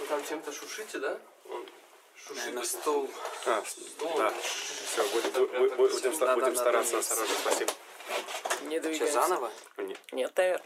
там чем-то шушите, да? На стол. Стол. Да. Все, будем стараться осторожно. Спасибо. Не двигаемся. Что, заново? Нет, наверное.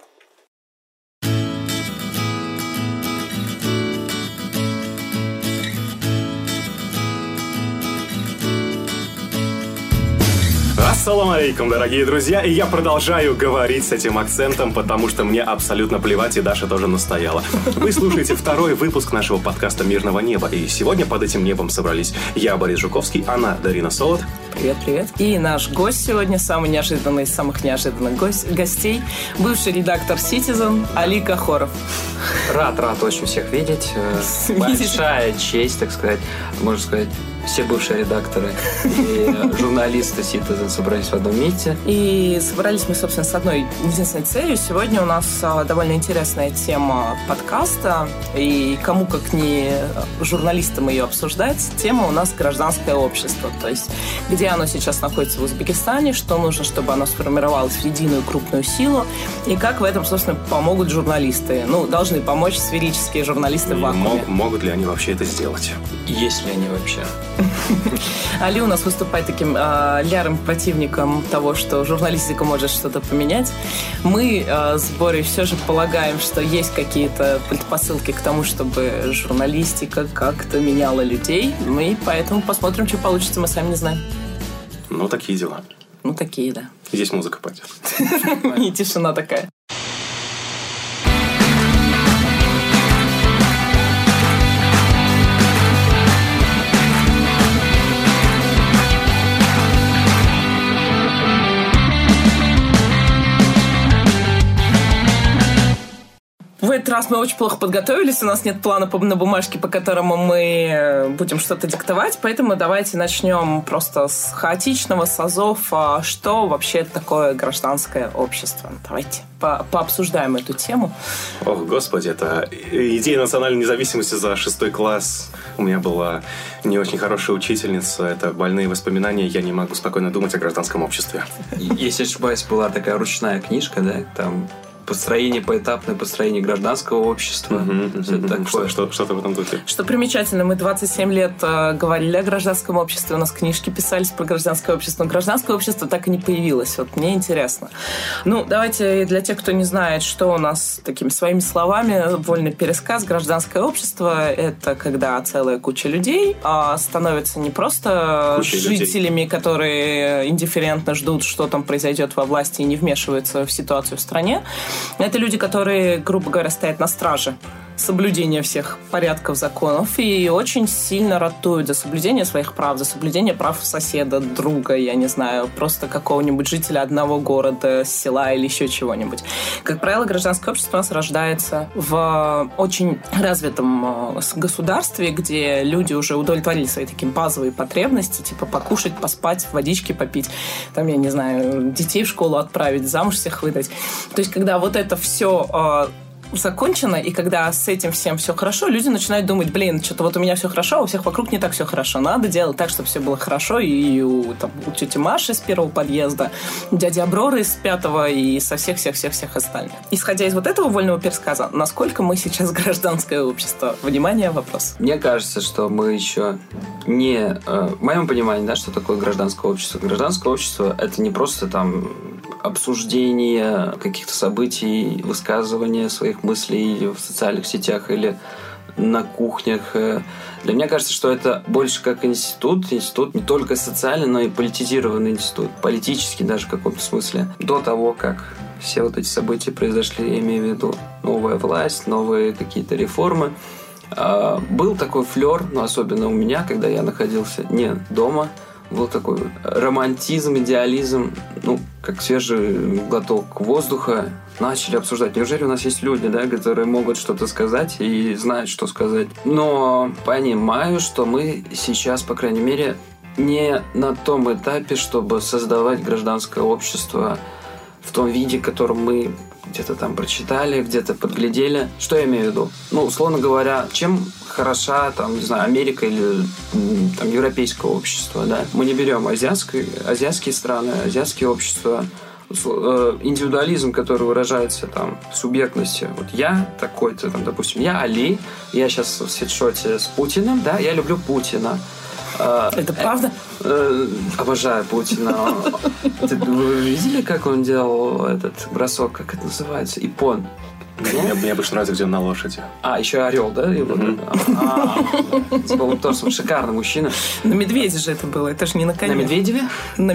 Ассаламу алейкум, дорогие друзья, и я продолжаю говорить с этим акцентом, потому что мне абсолютно плевать, и Даша тоже настояла. Вы слушаете второй выпуск нашего подкаста «Мирного неба», и сегодня под этим небом собрались я, Борис Жуковский, она, Дарина Солод. Привет. И наш гость сегодня, самый неожиданный из самых неожиданных гостей, бывший редактор Citizen Али Кахоров. Рад очень всех видеть. Большая честь, так сказать, можно сказать. Все бывшие редакторы и журналисты Citizen собрались в одном месте. И собрались мы, собственно, с одной единственной целью. Сегодня у нас довольно интересная тема подкаста. И кому, как не журналистам, ее обсуждать. Тема у нас гражданское общество. То есть, где оно сейчас находится в Узбекистане, что нужно, чтобы оно сформировалось в единую крупную силу. И как в этом, собственно, помогут журналисты. Ну, должны помочь сферические журналисты в вакууме. Могут ли они вообще это сделать? Есть ли они вообще? Али у нас выступает таким ярым противником того, что журналистика может что-то поменять. Мы с Борей все же полагаем, что есть какие-то предпосылки к тому, чтобы журналистика как-то меняла людей. И поэтому посмотрим, что получится, мы сами не знаем. Ну, такие дела. Ну, такие, да. Здесь музыка пойдет. И тишина такая. В этот раз мы очень плохо подготовились, у нас нет плана на бумажке, по которому мы будем что-то диктовать, поэтому давайте начнем просто с хаотичного, с азов. Что вообще такое гражданское общество? Давайте пообсуждаем эту тему. Ох, господи, это идея национальной независимости за 6 класс. У меня была не очень хорошая учительница, это больные воспоминания, я не могу спокойно думать о гражданском обществе. Если ошибаюсь, была такая ручная книжка, да, там... поэтапное построение гражданского общества. Что-то в этом духе. Что примечательно, мы 27 лет говорили о гражданском обществе, у нас книжки писались про гражданское общество, но гражданское общество так и не появилось. Вот мне интересно. Ну, давайте для тех, кто не знает, что у нас такими своими словами, вольный пересказ. Гражданское общество — это когда целая куча людей становится не просто жителями, которые индифферентно ждут, что там произойдет во власти и не вмешиваются в ситуацию в стране. Это люди, которые, грубо говоря, стоят на страже соблюдения всех порядков, законов и очень сильно ратуют за соблюдение своих прав, за соблюдение прав соседа, друга, я не знаю, просто какого-нибудь жителя одного города, села или еще чего-нибудь. Как правило, гражданское общество у нас рождается в очень развитом государстве, где люди уже удовлетворили свои такие базовые потребности, типа покушать, поспать, водички попить, там, я не знаю, детей в школу отправить, замуж всех выдать. То есть, когда вот это все закончено, и когда с этим всем все хорошо, люди начинают думать, что-то вот у меня все хорошо, а у всех вокруг не так все хорошо. Надо делать так, чтобы все было хорошо и у тети Маши с первого подъезда, дяди Аброры с 5-го и со всех остальных. Исходя из вот этого вольного пересказа, насколько мы сейчас гражданское общество? Внимание, вопрос. Мне кажется, что мы еще не... В моем понимании, да, что такое гражданское общество. Гражданское общество — это не просто там обсуждение каких-то событий, высказывание своих мыслей в социальных сетях или на кухнях. Для меня кажется, что это больше как институт не только социальный, но и политизированный институт, политический даже в каком-то смысле. До того, как все вот эти события произошли, я имею в виду новая власть, новые какие-то реформы, был такой флер, но особенно у меня, когда я находился не дома, был такой романтизм, идеализм, как свежий глоток воздуха. Начали обсуждать. Неужели у нас есть люди, да, которые могут что-то сказать и знают, что сказать? Но понимаю, что мы сейчас, по крайней мере, не на том этапе, чтобы создавать гражданское общество в том виде, в котором мы где-то там прочитали, где-то подглядели. Что я имею в виду? Условно говоря, чем хороша, там, не знаю, Америка или там, европейское общество, да? Мы не берем азиатские страны, азиатские общества. индивидуализм, который выражается там в субъектности. Вот я такой-то, там, допустим, я Али, я сейчас в свитшоте с Путиным, да, я люблю Путина. Это правда? Обожаю Путина. Вы видели, как он делал этот бросок, как это называется? Иппон. Мне больше нравится, где он на лошади. Еще орел, да? С голым торсом. Шикарный мужчина. На медведе же это было, это же не на коне. На Медведеве? Ну,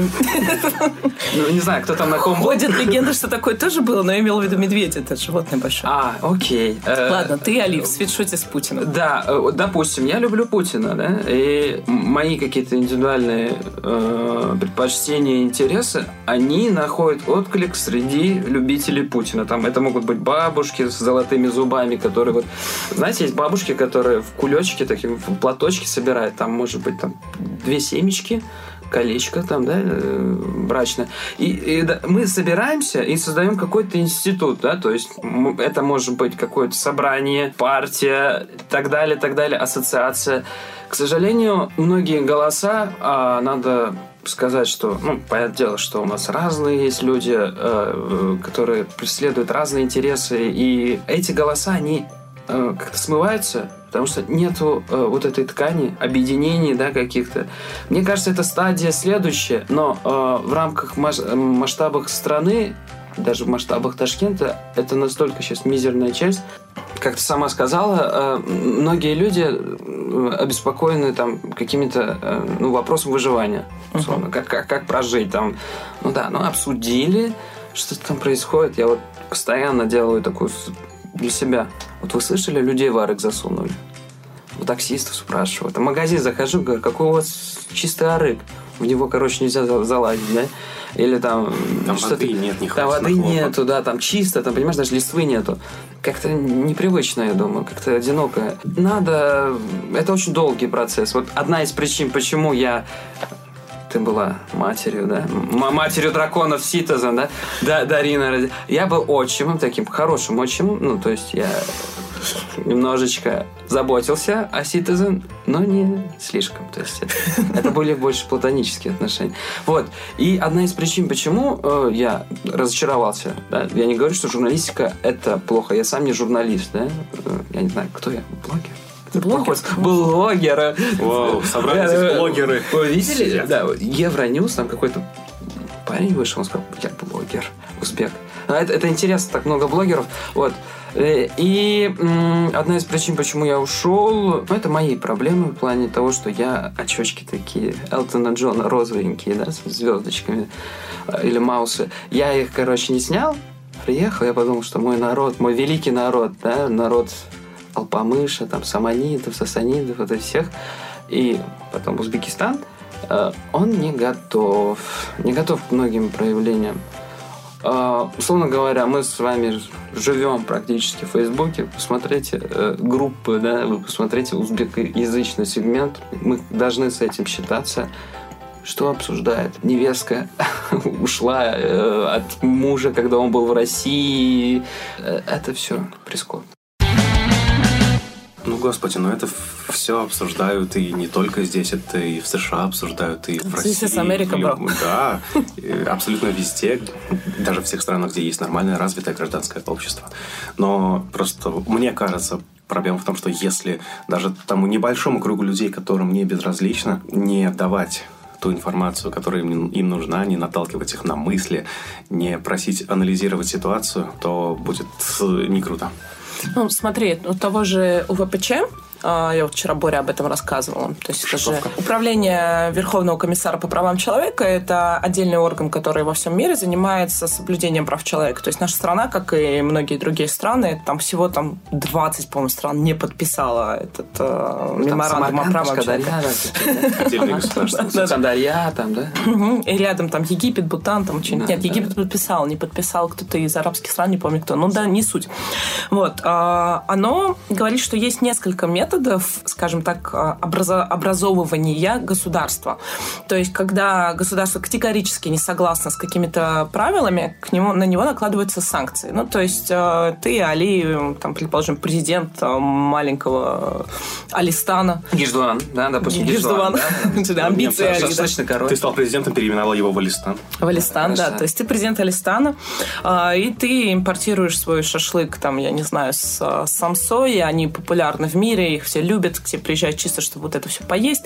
не знаю, кто там на ком был. Ходит легенда, что такое тоже было, но я имела в виду медведь, это животное большое. Окей. Ладно, ты, Али, в свитшоте с Путиным. Да, допустим, я люблю Путина, да, и мои какие-то индивидуальные предпочтения и интересы, они находят отклик среди любителей Путина. Там это могут быть бабушки с золотыми зубами, которые вот... Знаете, есть бабушки, которые в кулечке, такие в платочке собирают. Там, может быть, там 2 семечки, колечко там, да, брачное. И мы собираемся и создаем какой-то институт, да, то есть это может быть какое-то собрание, партия, так далее, ассоциация. К сожалению, многие голоса надо сказать, что, понятное дело, что у нас разные есть люди, которые преследуют разные интересы, и эти голоса, они как-то смываются, потому что нету вот этой ткани, объединений, да, каких-то. Мне кажется, это стадия следующая, но в рамках масштабах страны, даже в масштабах Ташкента, это настолько сейчас мизерная часть. Как ты сама сказала, многие люди обеспокоены там какими-то вопросом выживания. Условно, как прожить там. Обсудили, что там происходит. Я вот постоянно делаю такую для себя. Вот вы слышали, людей в арык засунули? У таксистов спрашиваю. В магазин захожу, говорю, какой у вас чистый арык? В него, нельзя залазить, да? Или там воды нет, не там воды нету, да, там чисто, там, понимаешь, даже листвы нету. Как-то непривычно, я думаю, как-то одиноко. Это очень долгий процесс. Вот одна из причин, почему ты была матерью, да? Матерью драконов Citizen, да? Дарина. Я был отчимом, таким хорошим отчимом. То есть я немножечко заботился о Citizen, но не слишком. То есть это были больше платонические отношения. Вот. И одна из причин, почему я разочаровался, да? Я не говорю, что журналистика – это плохо. Я сам не журналист, да? Я не знаю, кто я? Блогер? Блогеры. Вау, собрались блогеры. Вы видели? Да, Евроньюз, там какой-то парень вышел, он сказал, я блогер, узбек. Это интересно, так много блогеров. Вот. И одна из причин, почему я ушел, это мои проблемы в плане того, что я очечки такие Элтона Джона розовенькие, да, с звездочками, или Маусы. Я их, не снял, приехал, я подумал, что мой народ, мой великий народ, да, народ Алпамыша, там, Саманидов, Сасанидов, это всех, и потом Узбекистан, он не готов к многим проявлениям. Условно говоря, мы с вами живем практически в Фейсбуке. Посмотрите группы, да, вы посмотрите узбекоязычный сегмент. Мы должны с этим считаться. Что обсуждает? Невестка ушла от мужа, когда он был в России. Это все прискорбно. Господи, это все обсуждают и не только здесь, это и в США обсуждают, и в России. Здесь Америка, бро. Да, абсолютно везде, даже в тех странах, где есть нормальное, развитое гражданское общество. Но просто, мне кажется, проблема в том, что если даже тому небольшому кругу людей, которым не безразлично, не давать ту информацию, которая им нужна, не наталкивать их на мысли, не просить анализировать ситуацию, то будет не круто. Смотри, у того же УВПЧ, я вот вчера Боря об этом рассказывала, то есть это же Управление Верховного комиссара по правам человека, это отдельный орган, который во всем мире занимается соблюдением прав человека. То есть наша страна, как и многие другие страны, там всего 20, по-моему, стран не подписала этот меморандум о правах человека. Отдельные государства. Сандарья, там, да? И рядом там Египет, Бутан, там что-нибудь. Нет, Египет не подписал кто-то из арабских стран, не помню кто. Не суть. Вот. Оно говорит, что есть несколько методов, методов, скажем так, образовывания государства. То есть, когда государство категорически не согласно с какими-то правилами, на него накладываются санкции. Ну, то есть, ты, Али, там, предположим, президент маленького Алистана. Гиждуан, да, допустим, Гиждуан. Амбиции Али. Ты стал президентом, переименовал его в Алистан. В Алистан, да. То есть, ты президент Алистана, и ты импортируешь свой шашлык, там, я не знаю, с самсой, они популярны в мире, их все любят, все приезжают чисто, чтобы вот это все поесть.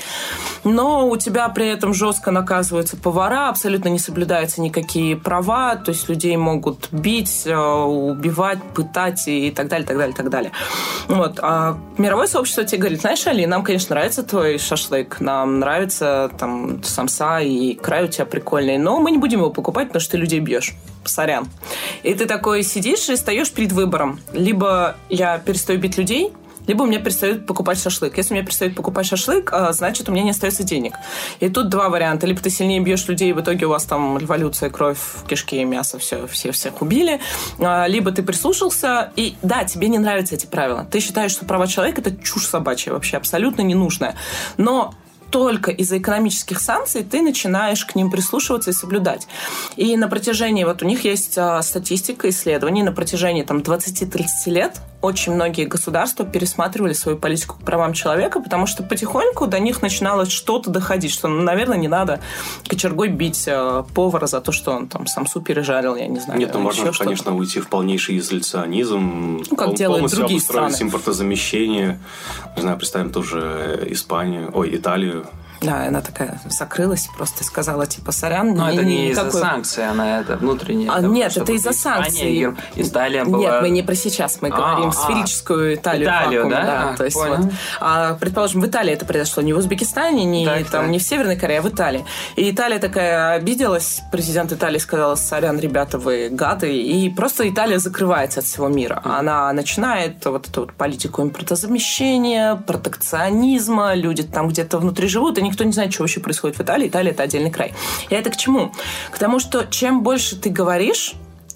Но у тебя при этом жестко наказываются повара, абсолютно не соблюдаются никакие права, то есть людей могут бить, убивать, пытать и так далее, так далее, так далее. Вот. А мировое сообщество тебе говорит: знаешь, Али, нам, конечно, нравится твой шашлык, нам нравится там самса и край у тебя прикольный, но мы не будем его покупать, потому что ты людей бьешь. Сорян. И ты такой сидишь и встаешь перед выбором. Либо я перестаю бить людей, либо у меня перестают покупать шашлык. Если у меня перестают покупать шашлык, значит, у меня не остается денег. И тут два варианта. Либо ты сильнее бьешь людей, и в итоге у вас там революция, кровь, кишки, мясо, всех убили. Либо ты прислушался, и да, тебе не нравятся эти правила. Ты считаешь, что права человека – это чушь собачья, вообще абсолютно ненужная. Но только из-за экономических санкций ты начинаешь к ним прислушиваться и соблюдать. И на протяжении, вот у них есть статистика, исследований, на протяжении там 20-30 лет очень многие государства пересматривали свою политику к правам человека, потому что потихоньку до них начинало что-то доходить, что, наверное, не надо кочергой бить повара за то, что он там самсу пережарил, я не знаю. Нет, ну можно, конечно, уйти в полнейший изоляционизм, как делают другие страны. Импортозамещение. Не знаю, представим тоже Италию. Да, она такая закрылась, просто сказала, типа, сорян. Но это не из-за санкций, она это внутренняя. Нет, это из-за санкций. Италия была... Нет, мы не про сейчас, мы говорим сферическую Италию. Италию, да? То есть вот, предположим, в Италии это произошло, не в Узбекистане, не в Северной Корее, а в Италии. И Италия такая обиделась, президент Италии сказала: сорян, ребята, вы гады, и просто Италия закрывается от всего мира. Она начинает вот эту вот политику импортозамещения, протекционизма, люди там где-то внутри живут, и никто не знает, что вообще происходит в Италии. Италия – это отдельный край. И это к чему? К тому, что чем больше ты говоришь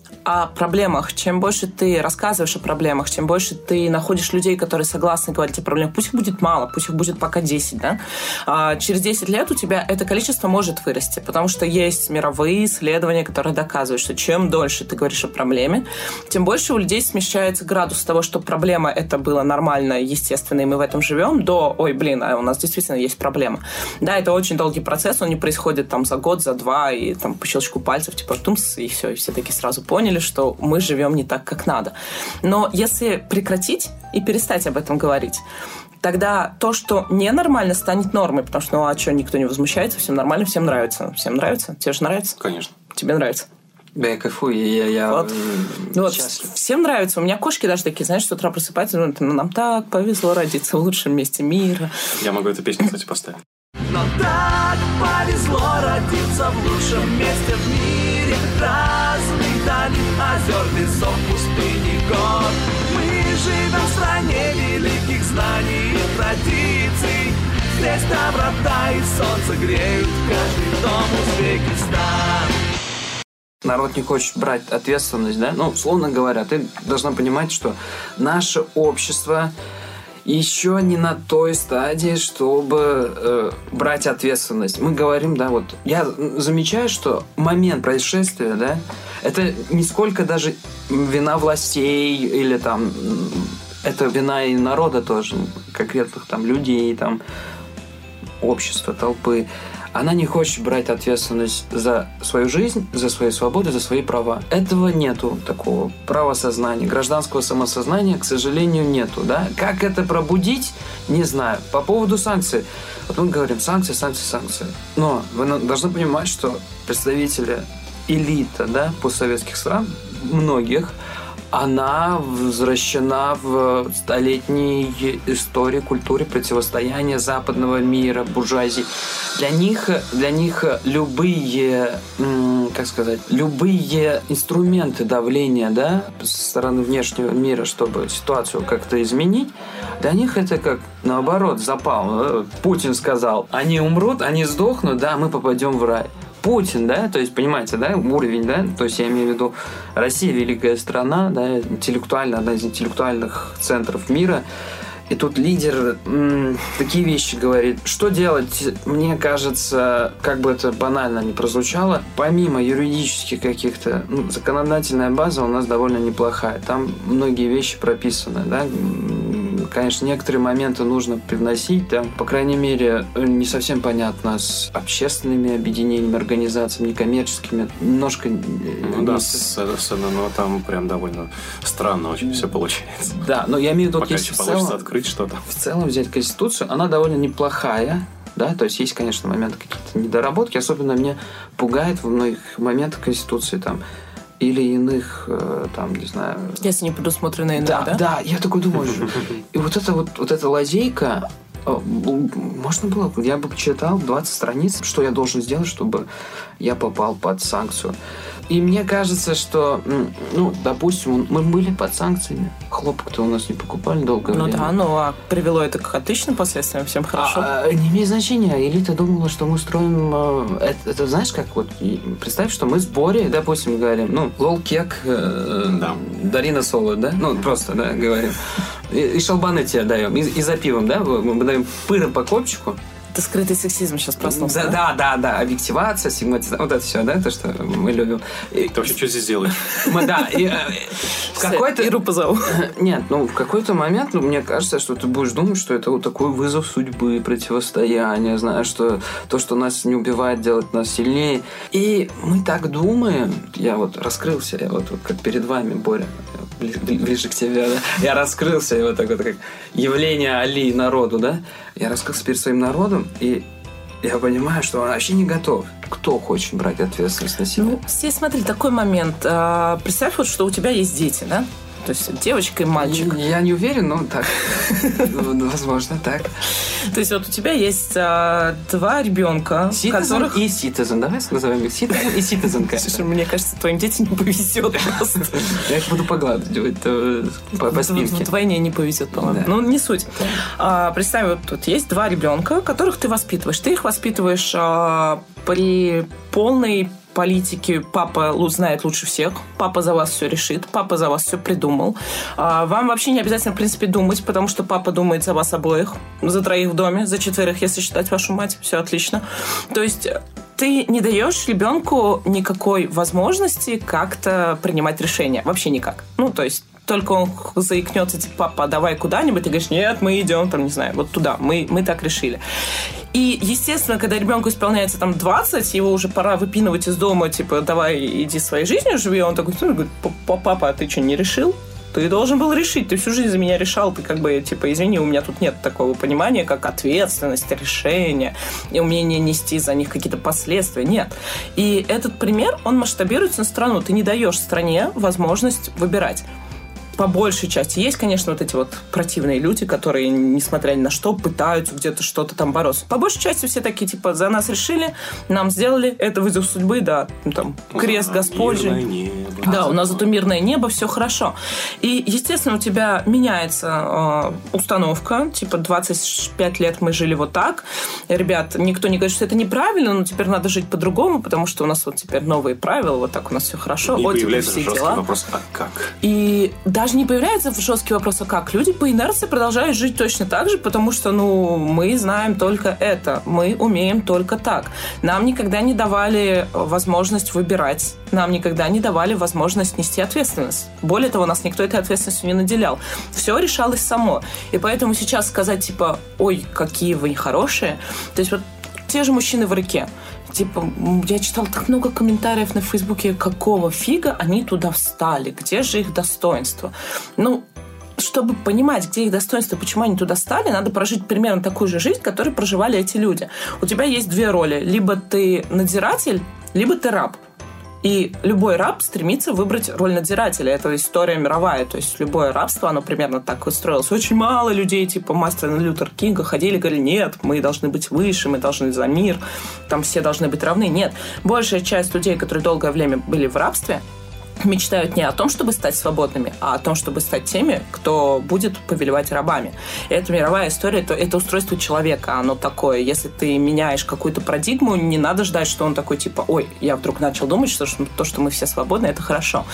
о проблемах, чем больше ты рассказываешь о проблемах, чем больше ты находишь людей, которые согласны говорить о проблемах, пусть их будет мало, пусть их будет пока 10, да? Через 10 лет у тебя это количество может вырасти, потому что есть мировые исследования, которые доказывают, что чем дольше ты говоришь о проблеме, тем больше у людей смещается градус того, что проблема это было нормально, естественно, и мы в этом живем, до ой, блин, а у нас действительно есть проблема. Да, это очень долгий процесс, он не происходит там за год, за два, и там по щелчку пальцев, типа тумс, и все, и все такие сразу поняли, что мы живем не так, как надо. Но если прекратить и перестать об этом говорить, тогда то, что ненормально, станет нормой, потому что, а что, никто не возмущается, всем нормально, всем нравится. Всем нравится? Тебе же нравится? Конечно. Тебе нравится? Да, я кайфую, я вот, всем нравится. У меня кошки даже такие, знаешь, с утра просыпаются, нам так повезло родиться в лучшем месте мира. Я могу эту песню, кстати, поставить. Нам так повезло родиться в лучшем месте в мире. Разных долин, озер, лесов, пустыни, гор. Мы живем в стране великих знаний и традиций. Здесь доброта и солнце греют каждый дом Узбекистан. Народ не хочет брать ответственность, да? Ну, условно говоря, ты должна понимать, что наше общество еще не на той стадии, чтобы брать ответственность. Мы говорим, да, вот я замечаю, что момент происшествия, да, это не сколько даже вина властей или там это вина и народа тоже, конкретных там людей, там общества, толпы. Она не хочет брать ответственность за свою жизнь, за свои свободы, за свои права. Этого нету, такого правосознания, гражданского самосознания, к сожалению, нету. Да? Как это пробудить, не знаю. По поводу санкций. Вот мы говорим санкции. Но вы должны понимать, что представители элиты, да, постсоветских стран, многих, она возвращена в столетней истории, культуре противостояния западного мира, буржуазии. Для них любые, любые инструменты давления, да, со стороны внешнего мира, чтобы ситуацию как-то изменить, для них это как, наоборот, запал. Путин сказал, они умрут, они сдохнут, да, мы попадем в рай. Путин, да, то есть, понимаете, да, уровень, да, то есть я имею в виду Россия великая страна, да, интеллектуально, одна из интеллектуальных центров мира, И тут лидер такие вещи говорит. Что делать? Мне кажется, как бы это банально не прозвучало, помимо юридических каких-то, законодательная база у нас довольно неплохая. Там многие вещи прописаны, да. Конечно, некоторые моменты нужно привносить, да. По крайней мере, не совсем понятно с общественными объединениями, организациями, некоммерческими. Немножко... но там прям довольно странно очень все получается. Да, но я имею в виду, пока еще получится открыть что-то. В целом взять Конституцию, она довольно неплохая, да, то есть есть, конечно, моменты какие-то недоработки, особенно меня пугает в многих моментах Конституции там или иных, там, не знаю... Если не предусмотрено иное, да? Да, я такой думаю, и вот эта лазейка, можно было, я бы читал 20 страниц, что я должен сделать, чтобы я попал под санкцию. И мне кажется, что, допустим, мы были под санкциями, хлопок-то у нас не покупали долгое время. А привело это к отличным последствиям, всем хорошо. Не имеет значения, элита думала, что мы строим... Это знаешь, как вот, представь, что мы с Борей, допустим, говорим, лол-кек, Дарина Соло, да? Просто, да, говорим. И шалбаны тебе даем, и за пивом, да? Мы даем пыры по копчику. Это скрытый сексизм сейчас проснулся. Да. Объективация, сигматизация. Вот это все, да, то, что мы любим. Ты вообще что здесь делаешь? Да. Иру позову. Нет, в какой-то момент, мне кажется, что ты будешь думать, что это вот такой вызов судьбы, противостояние, знаешь, что то, что нас не убивает, делает нас сильнее. И мы так думаем. Я вот раскрылся, я вот как перед вами, Боря, ближе к тебе, да. Я раскрылся, вот так вот, как явление Али народу, да. Я раскрылся перед своим народом, и я понимаю, что он вообще не готов. Кто хочет брать ответственность на себя? Здесь, смотри, такой момент. Представь, вот, что у тебя есть дети, да? То есть девочка и мальчик. Я не уверен, но так. Возможно, так. То есть вот у тебя есть два ребенка, которых... и Citizen. Давай назовем их Citizen и Citizen. Слушай, мне кажется, твоим детям не повезет просто. Я их буду погладывать по спинке. Вдвойне не повезет, по-моему. Не суть. Представь, вот тут есть два ребенка, которых ты воспитываешь. Ты их воспитываешь при полной политики. Папа знает лучше всех. Папа за вас все решит. Папа за вас все придумал. Вам вообще не обязательно, в принципе, думать, потому что папа думает за вас обоих. За троих в доме, за четверых, если считать вашу мать. Все отлично. То есть ты не даешь ребенку никакой возможности как-то принимать решения. Вообще никак. То есть только он заикнется, типа, папа, давай куда-нибудь, ты говоришь, нет, мы идем, там, не знаю, вот туда, мы так решили. И, естественно, когда ребенку исполняется там 20, его уже пора выпинывать из дома, типа, давай иди своей жизнью живи, он такой, говорит, папа, а ты что, не решил? Ты должен был решить, ты всю жизнь за меня решал, ты как бы, типа, извини, у меня тут нет такого понимания, как ответственность, решение, и умение нести за них какие-то последствия, нет. И этот пример, он масштабируется на страну, ты не даешь стране возможность выбирать. По большей части. Есть, конечно, вот эти вот противные люди, которые, несмотря ни на что, пытаются где-то что-то там бороться. По большей части все такие, типа, за нас решили, нам сделали, это вызов судьбы, да, там, крест Господень. Да, у нас зато мирное небо, все хорошо. И, естественно, у тебя меняется установка, типа, 25 лет мы жили вот так. Ребят, никто не говорит, что это неправильно, но теперь надо жить по-другому, потому что у нас вот теперь новые правила, вот так у нас все хорошо. И вот появляется жесткий вопрос, а как? И даже не появляется жесткий вопрос, а как? Люди по инерции продолжают жить точно так же, потому что, мы знаем только это. Мы умеем только так. Нам никогда не давали возможность выбирать. Нам никогда не давали возможность нести ответственность. Более того, нас никто этой ответственностью не наделял. Все решалось само. И поэтому сейчас сказать, типа, ой, какие вы нехорошие. То есть вот те же мужчины в реке. Типа, я читала так много комментариев на Фейсбуке, какого фига они туда встали, где же их достоинство. Чтобы понимать, где их достоинство, почему они туда стали, надо прожить примерно такую же жизнь, которую проживали эти люди. У тебя есть две роли. Либо ты надзиратель, либо ты раб. И любой раб стремится выбрать роль надзирателя. Это история мировая. То есть любое рабство, оно примерно так устроилось. Очень мало людей, типа Мартина Лютера Кинга, ходили и говорили, нет, мы должны быть выше, мы должны за мир, там все должны быть равны. Нет. Большая часть людей, которые долгое время были в рабстве, мечтают не о том, чтобы стать свободными, а о том, чтобы стать теми, кто будет повелевать рабами. И это мировая история, это устройство человека, оно такое. Если ты меняешь какую-то парадигму, не надо ждать, что он такой, типа, ой, я вдруг начал думать, что то, что мы все свободны, это хорошо.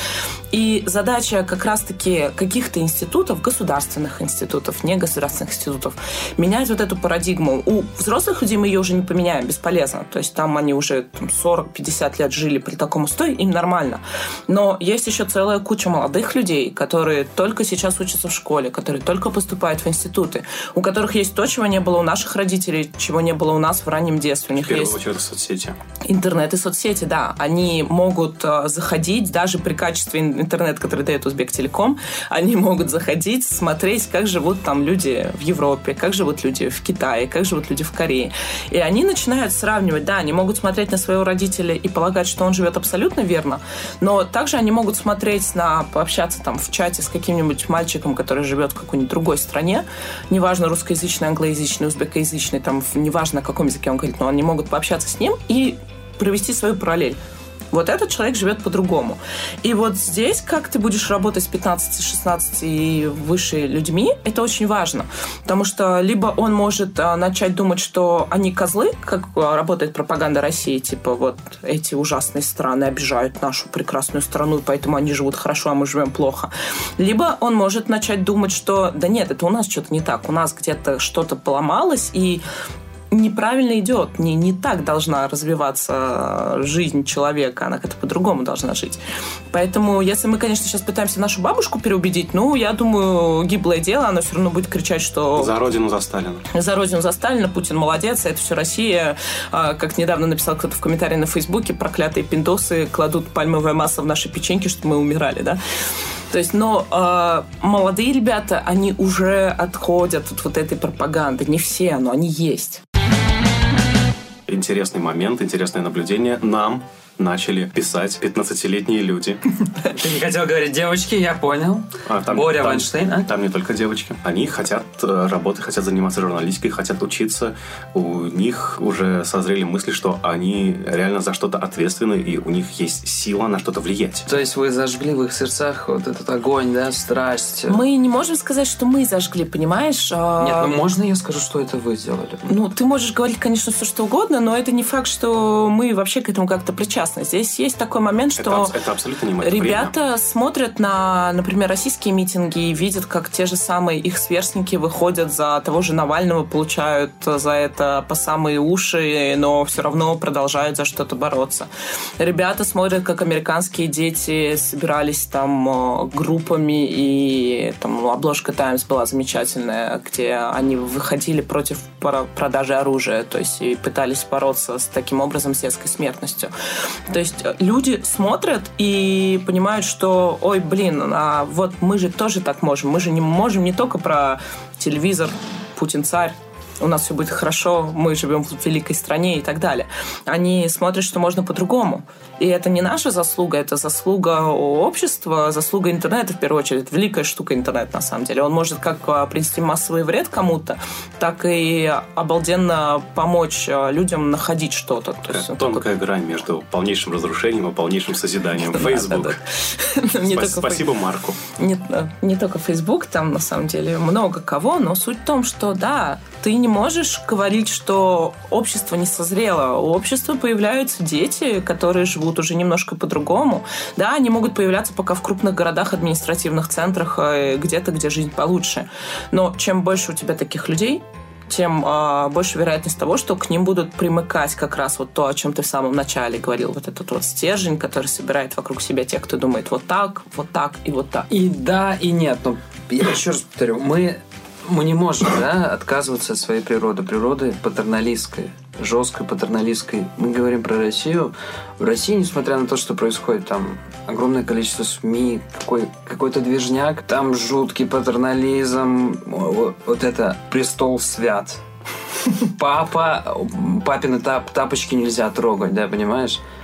И задача как раз-таки каких-то институтов, государственных институтов, негосударственных институтов, менять вот эту парадигму. У взрослых людей мы ее уже не поменяем, бесполезно. То есть там они уже 40-50 лет жили при таком устрое, им нормально. Но есть еще целая куча молодых людей, которые только сейчас учатся в школе, которые только поступают в институты, у которых есть то, чего не было у наших родителей, чего не было у нас в раннем детстве. У них есть в первую очередь соцсети. Интернет и соцсети, да. Они могут заходить, даже при качестве интернета, который дает Узбектелеком, они могут заходить, смотреть, как живут там люди в Европе, как живут люди в Китае, как живут люди в Корее. И они начинают сравнивать, да, они могут смотреть на своего родителя и полагать, что он живет абсолютно верно, но также они могут смотреть пообщаться там в чате с каким-нибудь мальчиком, который живет в какой-нибудь другой стране, неважно, русскоязычный, англоязычный, узбекоязычный, там, неважно, на каком языке он говорит, но они могут пообщаться с ним и провести свою параллель. Вот этот человек живет по-другому. И вот здесь, как ты будешь работать с 15, 16 и выше людьми, это очень важно. Потому что либо он может начать думать, что они козлы, как работает пропаганда России, типа вот эти ужасные страны обижают нашу прекрасную страну, поэтому они живут хорошо, а мы живем плохо. Либо он может начать думать, что да нет, это у нас что-то не так, у нас где-то что-то поломалось, и неправильно идет. Не так должна развиваться жизнь человека. Она как-то по-другому должна жить. Поэтому, если мы, конечно, сейчас пытаемся нашу бабушку переубедить, я думаю, гиблое дело, она все равно будет кричать, что... За родину, за Сталина. За родину, за Сталина, Путин молодец, это все Россия. Как недавно написал кто-то в комментарии на Фейсбуке, проклятые пиндосы кладут пальмовое масло в наши печеньки, чтобы мы умирали, да? То есть, но молодые ребята, они уже отходят от вот этой пропаганды. Не все, но они есть. Интересный момент, интересное наблюдение. Нам начали писать 15-летние люди. Ты не хотел говорить девочки, я понял. Боря Вайнштейн, а? Там не только девочки. Они хотят работать, хотят заниматься журналистикой, хотят учиться. У них уже созрели мысли, что они реально за что-то ответственны, и у них есть сила на что-то влиять. То есть вы зажгли в их сердцах вот этот огонь, да, страсть? Мы не можем сказать, что мы зажгли, понимаешь? Нет, можно я скажу, что это вы сделали? Ты можешь говорить, конечно, все что угодно, но это не факт, что мы вообще к этому как-то причастны. Здесь есть такой момент, что это абсолютно не мое ребята время. Смотрят на, например, российские митинги и видят, как те же самые их сверстники выходят за того же Навального, получают за это по самые уши, но все равно продолжают за что-то бороться. Ребята смотрят, как американские дети собирались там группами, и там обложка Times была замечательная, где они выходили против продажи оружия, то есть и пытались бороться с таким образом с детской смертностью. То есть люди смотрят и понимают, что, ой, блин, а вот мы же тоже так можем. Мы же не можем не только про телевизор, Путин царь, у нас все будет хорошо, мы живем в великой стране и так далее. Они смотрят, что можно по-другому. И это не наша заслуга, это заслуга общества, заслуга интернета, в первую очередь. Великая штука интернет, на самом деле. Он может как принести массовый вред кому-то, так и обалденно помочь людям находить что-то. Это тонкая грань между полнейшим разрушением и полнейшим созиданием. Facebook. Спасибо Марку. Не только Facebook, там на самом деле много кого, но суть в том, что да, ты не можешь говорить, что общество не созрело. У общества появляются дети, которые живут уже немножко по-другому. Да, они могут появляться пока в крупных городах, административных центрах, где-то, где жизнь получше. Но чем больше у тебя таких людей, тем больше вероятность того, что к ним будут примыкать как раз вот то, о чем ты в самом начале говорил, вот этот вот стержень, который собирает вокруг себя тех, кто думает вот так и вот так. И да, и нет. Но я еще раз повторю, мы не можем, отказываться от своей природы. Природы патерналистской, жесткой патерналистской. Мы говорим про Россию. В России, несмотря на то, что происходит там огромное количество СМИ, какой-то движняк, там жуткий патернализм, вот это престол свят. Папины тапочки нельзя трогать, да, понимаешь?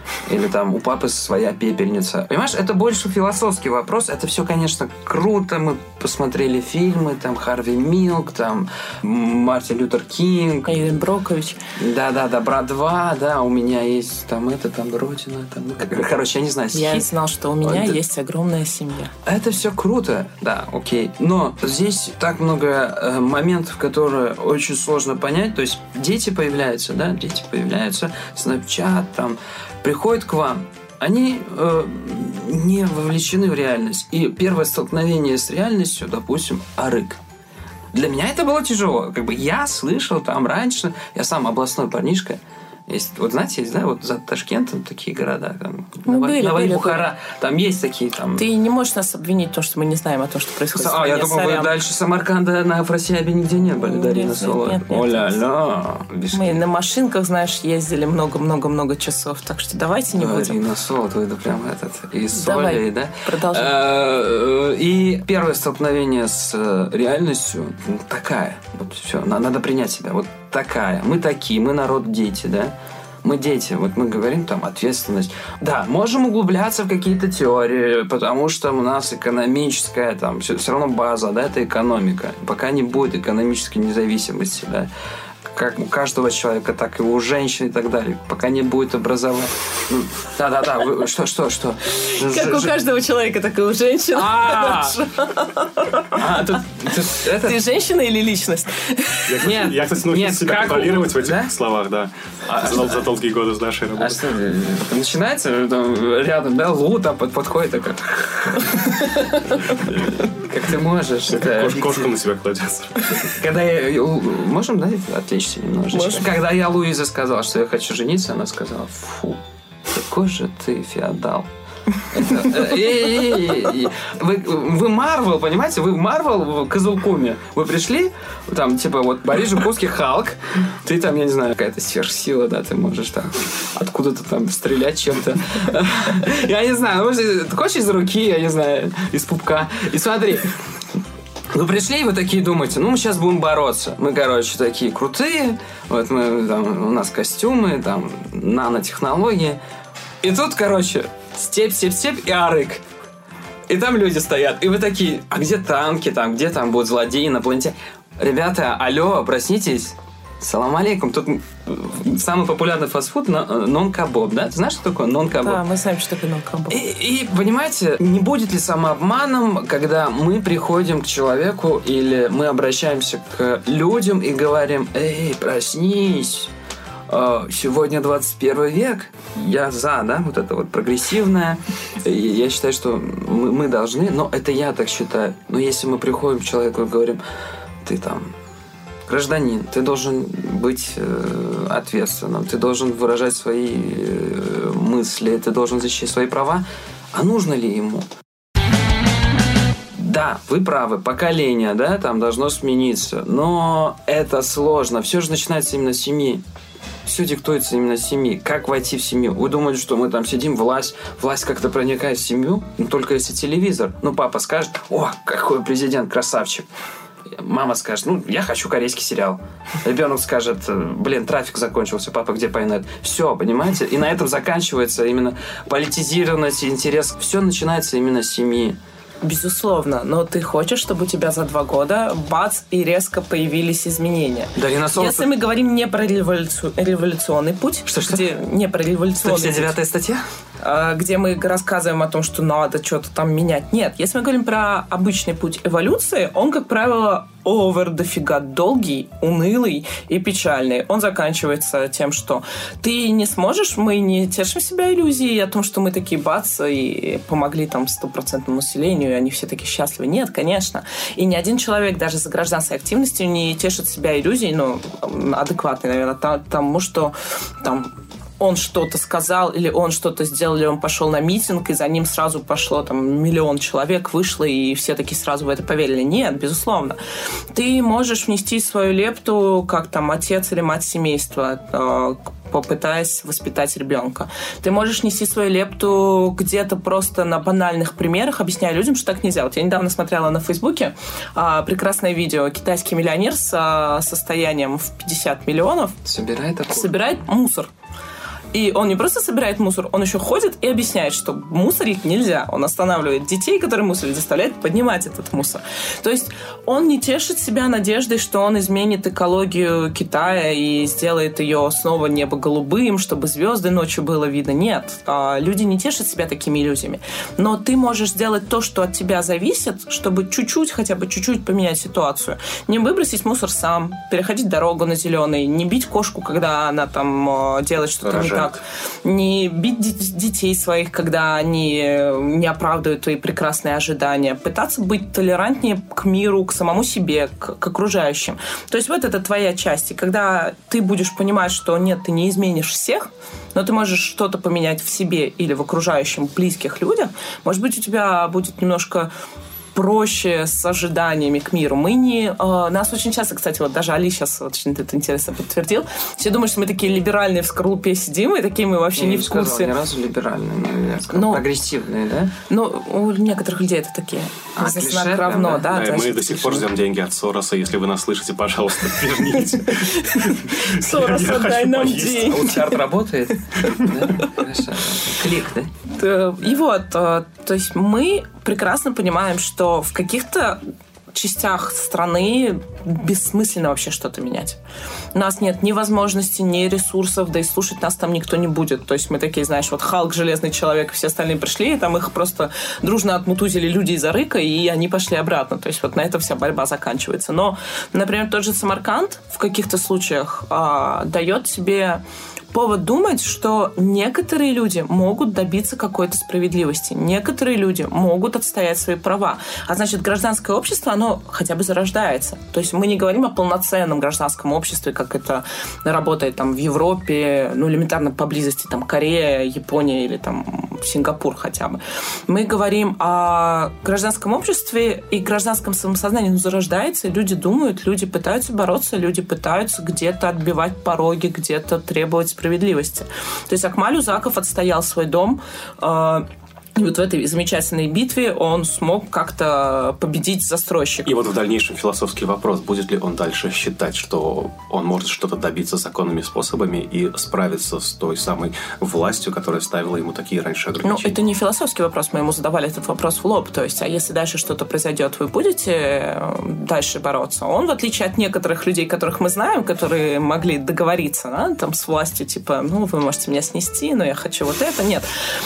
Или там у папы своя пепельница. Понимаешь, это больше философский вопрос. Это все, конечно, круто. Мы посмотрели фильмы, там Харви Милк, там Мартин Лютер Кинг. Эйден Брокович. Да, «Брат 2», да, у меня есть там это, там Родина, там... Короче, я не знаю. Я знал, что у меня есть огромная семья. Это все круто, да, окей. Но здесь так много моментов, которые очень сложно понять. То есть дети появляются, Snapchat, там, приходят к вам, они не вовлечены в реальность. И первое столкновение с реальностью, допустим, арык. Для меня это было тяжело. Как бы я слышал там раньше, я сам областной парнишка. Есть, вот знаете, есть, да, вот за Ташкентом такие города, там, Навай-Бухара, там есть такие там... Ты не можешь нас обвинить в том, что мы не знаем о том, что происходит. Я думал, вы дальше Самарканда на Афросиабе нигде не были, Дарина Соло. Нет. О-ля-ля. Мы на машинках, знаешь, ездили много-много-много часов, так что давайте не будем. Дарина Соло, вы прям и соли, да? Продолжай. И первое столкновение с реальностью такая. Вот все, надо принять себя. Вот такая. Мы такие, мы народ дети, да? Мы дети, вот мы говорим там ответственность. Да, можем углубляться в какие-то теории, потому что у нас экономическая, там, все равно база, да, это экономика. Пока не будет экономической независимости, да, как у каждого человека, так и у женщин и так далее. Пока не будет образования. Да. Что? Как у каждого человека, так и у женщин. Ты женщина или личность? Я, кстати, научился себя контролировать в этих словах, да. За долгие годы с нашей работы. А что, начинается рядом, да, Лу там подходит, такой... Как ты можешь? Кошка на себя кладется. Когда я... Можем, да, отвлечься немножечко? Можем. Когда я Луизе сказал, что я хочу жениться, она сказала: фу, какой же ты феодал. Вы Марвел, понимаете? Вы Марвел в Козылкуме. Вы пришли, там, типа, вот Борис Жуковский Халк, ты там, я не знаю, какая-то сверхсила, да, ты можешь там откуда-то там стрелять чем-то. Я не знаю, ты хочешь из руки, я не знаю, из пупка. И смотри, вы пришли, и вы такие думаете, мы сейчас будем бороться. Мы, короче, такие крутые, вот мы, там, у нас костюмы, там, нанотехнологии. И тут, короче, степь и арык. И там люди стоят. И вы такие, а где танки там? Где там будут злодеи, инопланетяне? Ребята, алло, проснитесь. Салам алейкум. Тут самый популярный фастфуд нон-кабоб, да? Ты знаешь, что такое нон-кабоб? Да, мы знаем, что такое нон-кабоб. И понимаете, не будет ли самообманом, когда мы приходим к человеку или мы обращаемся к людям и говорим: эй, проснись, сегодня 21 век, я за, да, вот это вот прогрессивное. И я считаю, что мы должны, но это я так считаю. Но если мы приходим к человеку и говорим: ты там гражданин, ты должен быть ответственным, ты должен выражать свои мысли, ты должен защищать свои права, а нужно ли ему? Да, вы правы, поколение, да, там должно смениться, но это сложно. Все же начинается именно с семьи. Все диктуется именно с семьи. Как войти в семью? Вы думаете, что мы там сидим, власть как-то проникает в семью? Ну, только если телевизор. Ну, папа скажет: о, какой президент, красавчик. Мама скажет: ну, я хочу корейский сериал. Ребенок скажет: блин, трафик закончился, папа, где Пайнет? Все, понимаете? И на этом заканчивается именно политизированность, интерес. Все начинается именно с семьи. Безусловно, но ты хочешь, чтобы у тебя за 2 года бац и резко появились изменения. Дарина Соло... Если мы говорим не про революционный путь, что? Не про революционный 159-я статья? Где мы рассказываем о том, что надо что-то там менять. Нет, если мы говорим про обычный путь эволюции, он, как правило, дофига долгий, унылый и печальный. Он заканчивается тем, что ты не сможешь, мы не тешим себя иллюзией о том, что мы такие бац и помогли там 100% населению, и они все такие счастливы. Нет, конечно. И ни один человек даже за гражданской активностью не тешит себя иллюзией, ну, адекватной, наверное, тому, что там он что-то сказал, или он что-то сделал, или он пошел на митинг, и за ним сразу пошло там 1 миллион человек, вышло, и все таки сразу в это поверили. Нет, безусловно. Ты можешь внести свою лепту, как там отец или мать семейства, попытаясь воспитать ребенка. Ты можешь нести свою лепту где-то просто на банальных примерах, объясняя людям, что так нельзя. Вот я недавно смотрела на Фейсбуке прекрасное видео. Китайский миллионер с состоянием в 50 миллионов собирает мусор. И он не просто собирает мусор, он еще ходит и объясняет, что мусорить нельзя. Он останавливает детей, которые мусорят, заставляет поднимать этот мусор. То есть он не тешит себя надеждой, что он изменит экологию Китая и сделает ее снова небо голубым, чтобы звезды ночью было видно. Нет, люди не тешат себя такими иллюзиями. Но ты можешь сделать то, что от тебя зависит, чтобы чуть-чуть, хотя бы чуть-чуть поменять ситуацию. Не выбросить мусор сам, переходить дорогу на зеленый, не бить кошку, когда она там делает что-то не так, не бить детей своих, когда они не оправдывают твои прекрасные ожидания, пытаться быть толерантнее к миру, к самому себе, к окружающим. То есть вот это твоя часть. И когда ты будешь понимать, что нет, ты не изменишь всех, но ты можешь что-то поменять в себе или в окружающем близких людях, может быть, у тебя будет немножко проще с ожиданиями к миру. Мы не... Нас очень часто, кстати, вот даже Али сейчас очень это интересно подтвердил. Все думают, что мы такие либеральные в скорлупе сидим, и такие мы вообще не в курсе. Я не сказал ни разу либеральные, я сказал прогрессивные, да? Ну, у некоторых людей это такие. Знак равно, да. Мы до сих пор ждем деньги от Сороса. Если вы нас слышите, пожалуйста, верните. Сорос, отдай нам деньги. Аутчарт работает? Хорошо. Клик, да? И вот, то есть мы прекрасно понимаем, что в каких-то частях страны бессмысленно вообще что-то менять. У нас нет ни возможности, ни ресурсов, да и слушать нас там никто не будет. То есть мы такие, знаешь, вот Халк, Железный человек, все остальные пришли, и там их просто дружно отмутузили люди из Арыка, и они пошли обратно. То есть вот на этом вся борьба заканчивается. Но, например, тот же Самарканд в каких-то случаях дает себе повод думать, что некоторые люди могут добиться какой-то справедливости, некоторые люди могут отстоять свои права. А значит, гражданское общество, оно хотя бы зарождается. То есть мы не говорим о полноценном гражданском обществе, как это работает там в Европе, ну, элементарно поблизости, там, Корея, Япония или там Сингапур хотя бы. Мы говорим о гражданском обществе и гражданском самосознании. Ну, зарождается, люди думают, люди пытаются бороться, люди пытаются где-то отбивать пороги, где-то требовать справедливости. То есть Акмаль Узаков отстоял свой дом, и вот в этой замечательной битве он смог как-то победить застройщика. И вот в дальнейшем философский вопрос, будет ли он дальше считать, что он может что-то добиться законными способами и справиться с той самой властью, которая ставила ему такие раньше ограничения? Ну, это не философский вопрос, мы ему задавали этот вопрос в лоб. То есть, а если дальше что-то произойдет, вы будете дальше бороться? Он, в отличие от некоторых людей, которых мы знаем, которые могли договориться, да, там, с властью, типа, ну, вы можете меня снести, но я хочу вот это. Нет.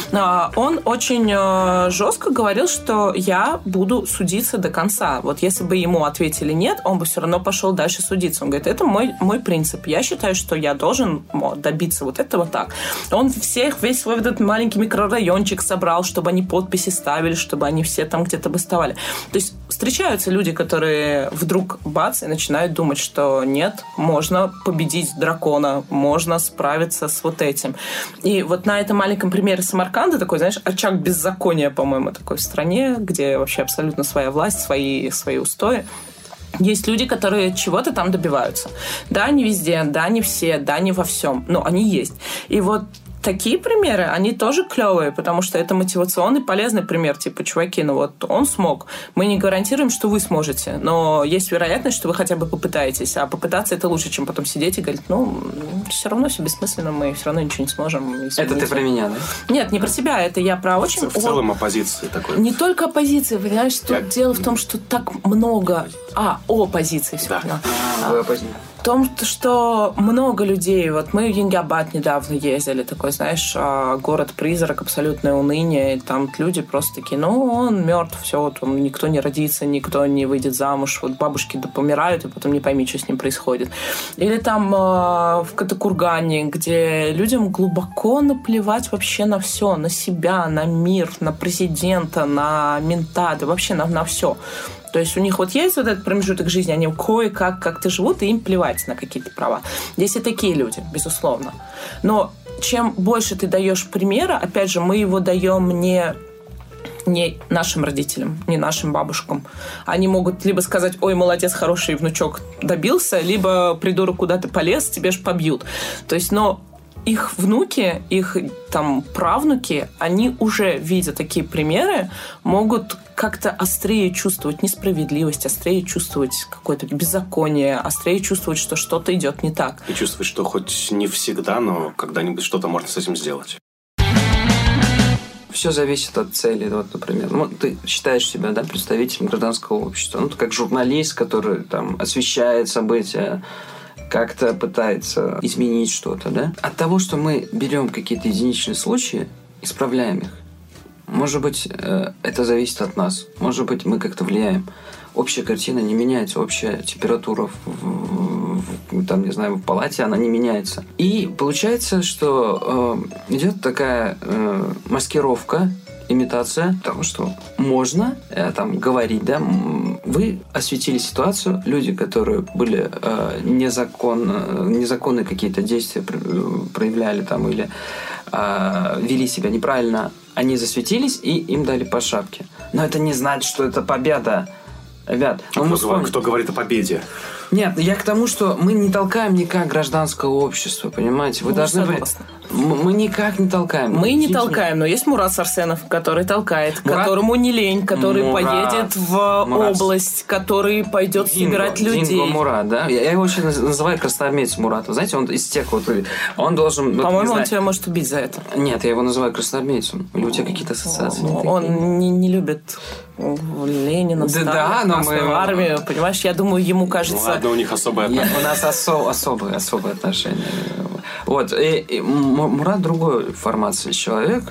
Он очень жестко говорил, что я буду судиться до конца. Вот если бы ему ответили нет, он бы все равно пошел дальше судиться. Он говорит, это мой принцип. Я считаю, что я должен добиться вот этого так. Он весь свой этот маленький микрорайончик собрал, чтобы они подписи ставили, чтобы они все там где-то бастовали. То есть встречаются люди, которые вдруг бац и начинают думать, что нет, можно победить дракона, можно справиться с вот этим. И вот на этом маленьком примере Самарканда такой, знаешь, очаг беззакония, по-моему, такой в стране, где вообще абсолютно своя власть, свои устои. Есть люди, которые чего-то там добиваются. Да, не везде, да, не все, да, не во всем, но они есть. И вот такие примеры, они тоже клевые, потому что это мотивационный, полезный пример. Типа, чуваки, ну вот он смог. Мы не гарантируем, что вы сможете, но есть вероятность, что вы хотя бы попытаетесь. А попытаться это лучше, чем потом сидеть и говорить, ну, все равно все бессмысленно, мы все равно ничего не сможем. Это ты про меня, да? Нет, не про себя, это я про очень... В целом оппозиции такой. Не только оппозиции, понимаешь, тут дело в том, что так много... о оппозиции, все поняла. Вы оппозиция. В том, что много людей, вот мы в Янгиабад недавно ездили, такой, знаешь, город-призрак, абсолютное уныние, и там люди просто такие, ну, он мертв, все, вот он, никто не родится, никто не выйдет замуж, вот бабушки помирают, и потом не пойми, что с ним происходит. Или там в Катакургане, где людям глубоко наплевать вообще на все, на себя, на мир, на президента, на мента, да вообще на все. То есть у них вот есть вот этот промежуток жизни, они кое-как как-то живут, и им плевать на какие-то права. Есть и такие люди, безусловно. Но чем больше ты даешь примера, опять же, мы его даем не нашим родителям, не нашим бабушкам. Они могут либо сказать, ой, молодец, хороший внучок добился, либо придурок, куда ты полез, тебе ж побьют. То есть, но их внуки, их там правнуки, они уже, видя такие примеры, могут как-то острее чувствовать несправедливость, острее чувствовать какое-то беззаконие, острее чувствовать, что что-то идет не так. И чувствовать, что хоть не всегда, но когда-нибудь что-то можно с этим сделать. Все зависит от цели. Вот, например, ты считаешь себя, да, представителем гражданского общества. Ты как журналист, который там освещает события, как-то пытается изменить что-то, да? От того, что мы берем какие-то единичные случаи, исправляем их. Может быть, это зависит от нас. Может быть, мы как-то влияем. Общая картина не меняется, общая температура там, не знаю, в палате, она не меняется. И получается, что идет такая маскировка, имитация того, что можно там говорить, да, вы осветили ситуацию, люди, которые были незаконные какие-то действия проявляли там или вели себя неправильно, они засветились и им дали по шапке. Но это не значит, что это победа. Ребят, Кто говорит о победе? Нет, я к тому, что мы не толкаем никак гражданское общество, понимаете? Вы должны быть... Мы никак не толкаем. Мы не толкаем, но есть Мурат Сарсенов, который толкает, которому не лень, который поедет в область, который пойдет собирать людей. Динго Мурат, да? Я его очень называю красноармейцем Мурат. Вы знаете, он из тех вот... Он должен... По-моему, он тебя может убить за это. Нет, я его называю красноармейцем. Или у тебя какие-то ассоциации? Он не любит Ленина, Сталина, Красную армию. Понимаешь, я думаю, ему кажется... Ладно, у них особые отношения. У нас особые отношения. Вот. И Мурат другой формации человек.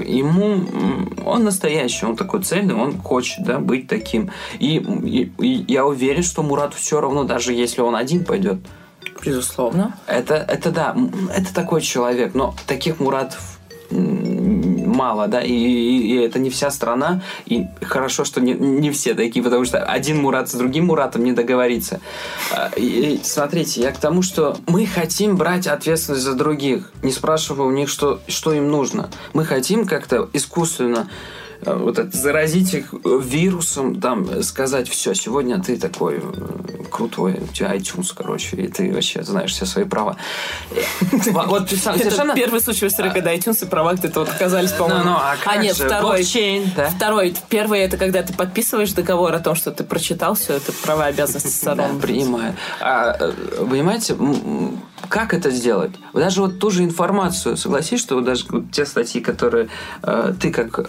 Он настоящий, он такой цельный, он хочет, да, быть таким. И я уверен, что Мурату все равно, даже если он один пойдет. Безусловно. Это да, это такой человек. Но таких Муратов мало, да, и это не вся страна, и хорошо, что не все такие, потому что один Мурат с другим Муратом не договорится. И смотрите, я к тому, что мы хотим брать ответственность за других, не спрашивая у них, что им нужно. Мы хотим как-то искусственно заразить их вирусом, там, сказать, все, сегодня ты такой крутой, у тебя iTunes, короче, и ты вообще знаешь все свои права. Вот совершенно... Первый случай в истории, когда iTunes и права где-то оказались, по-моему. Нет, второй. Второй. Первый, это когда ты подписываешь договор о том, что ты прочитал все, это права и обязанности сторон. Да, понимаю. Понимаете, как это сделать? Даже вот ту же информацию, согласись, что даже те статьи, которые ты как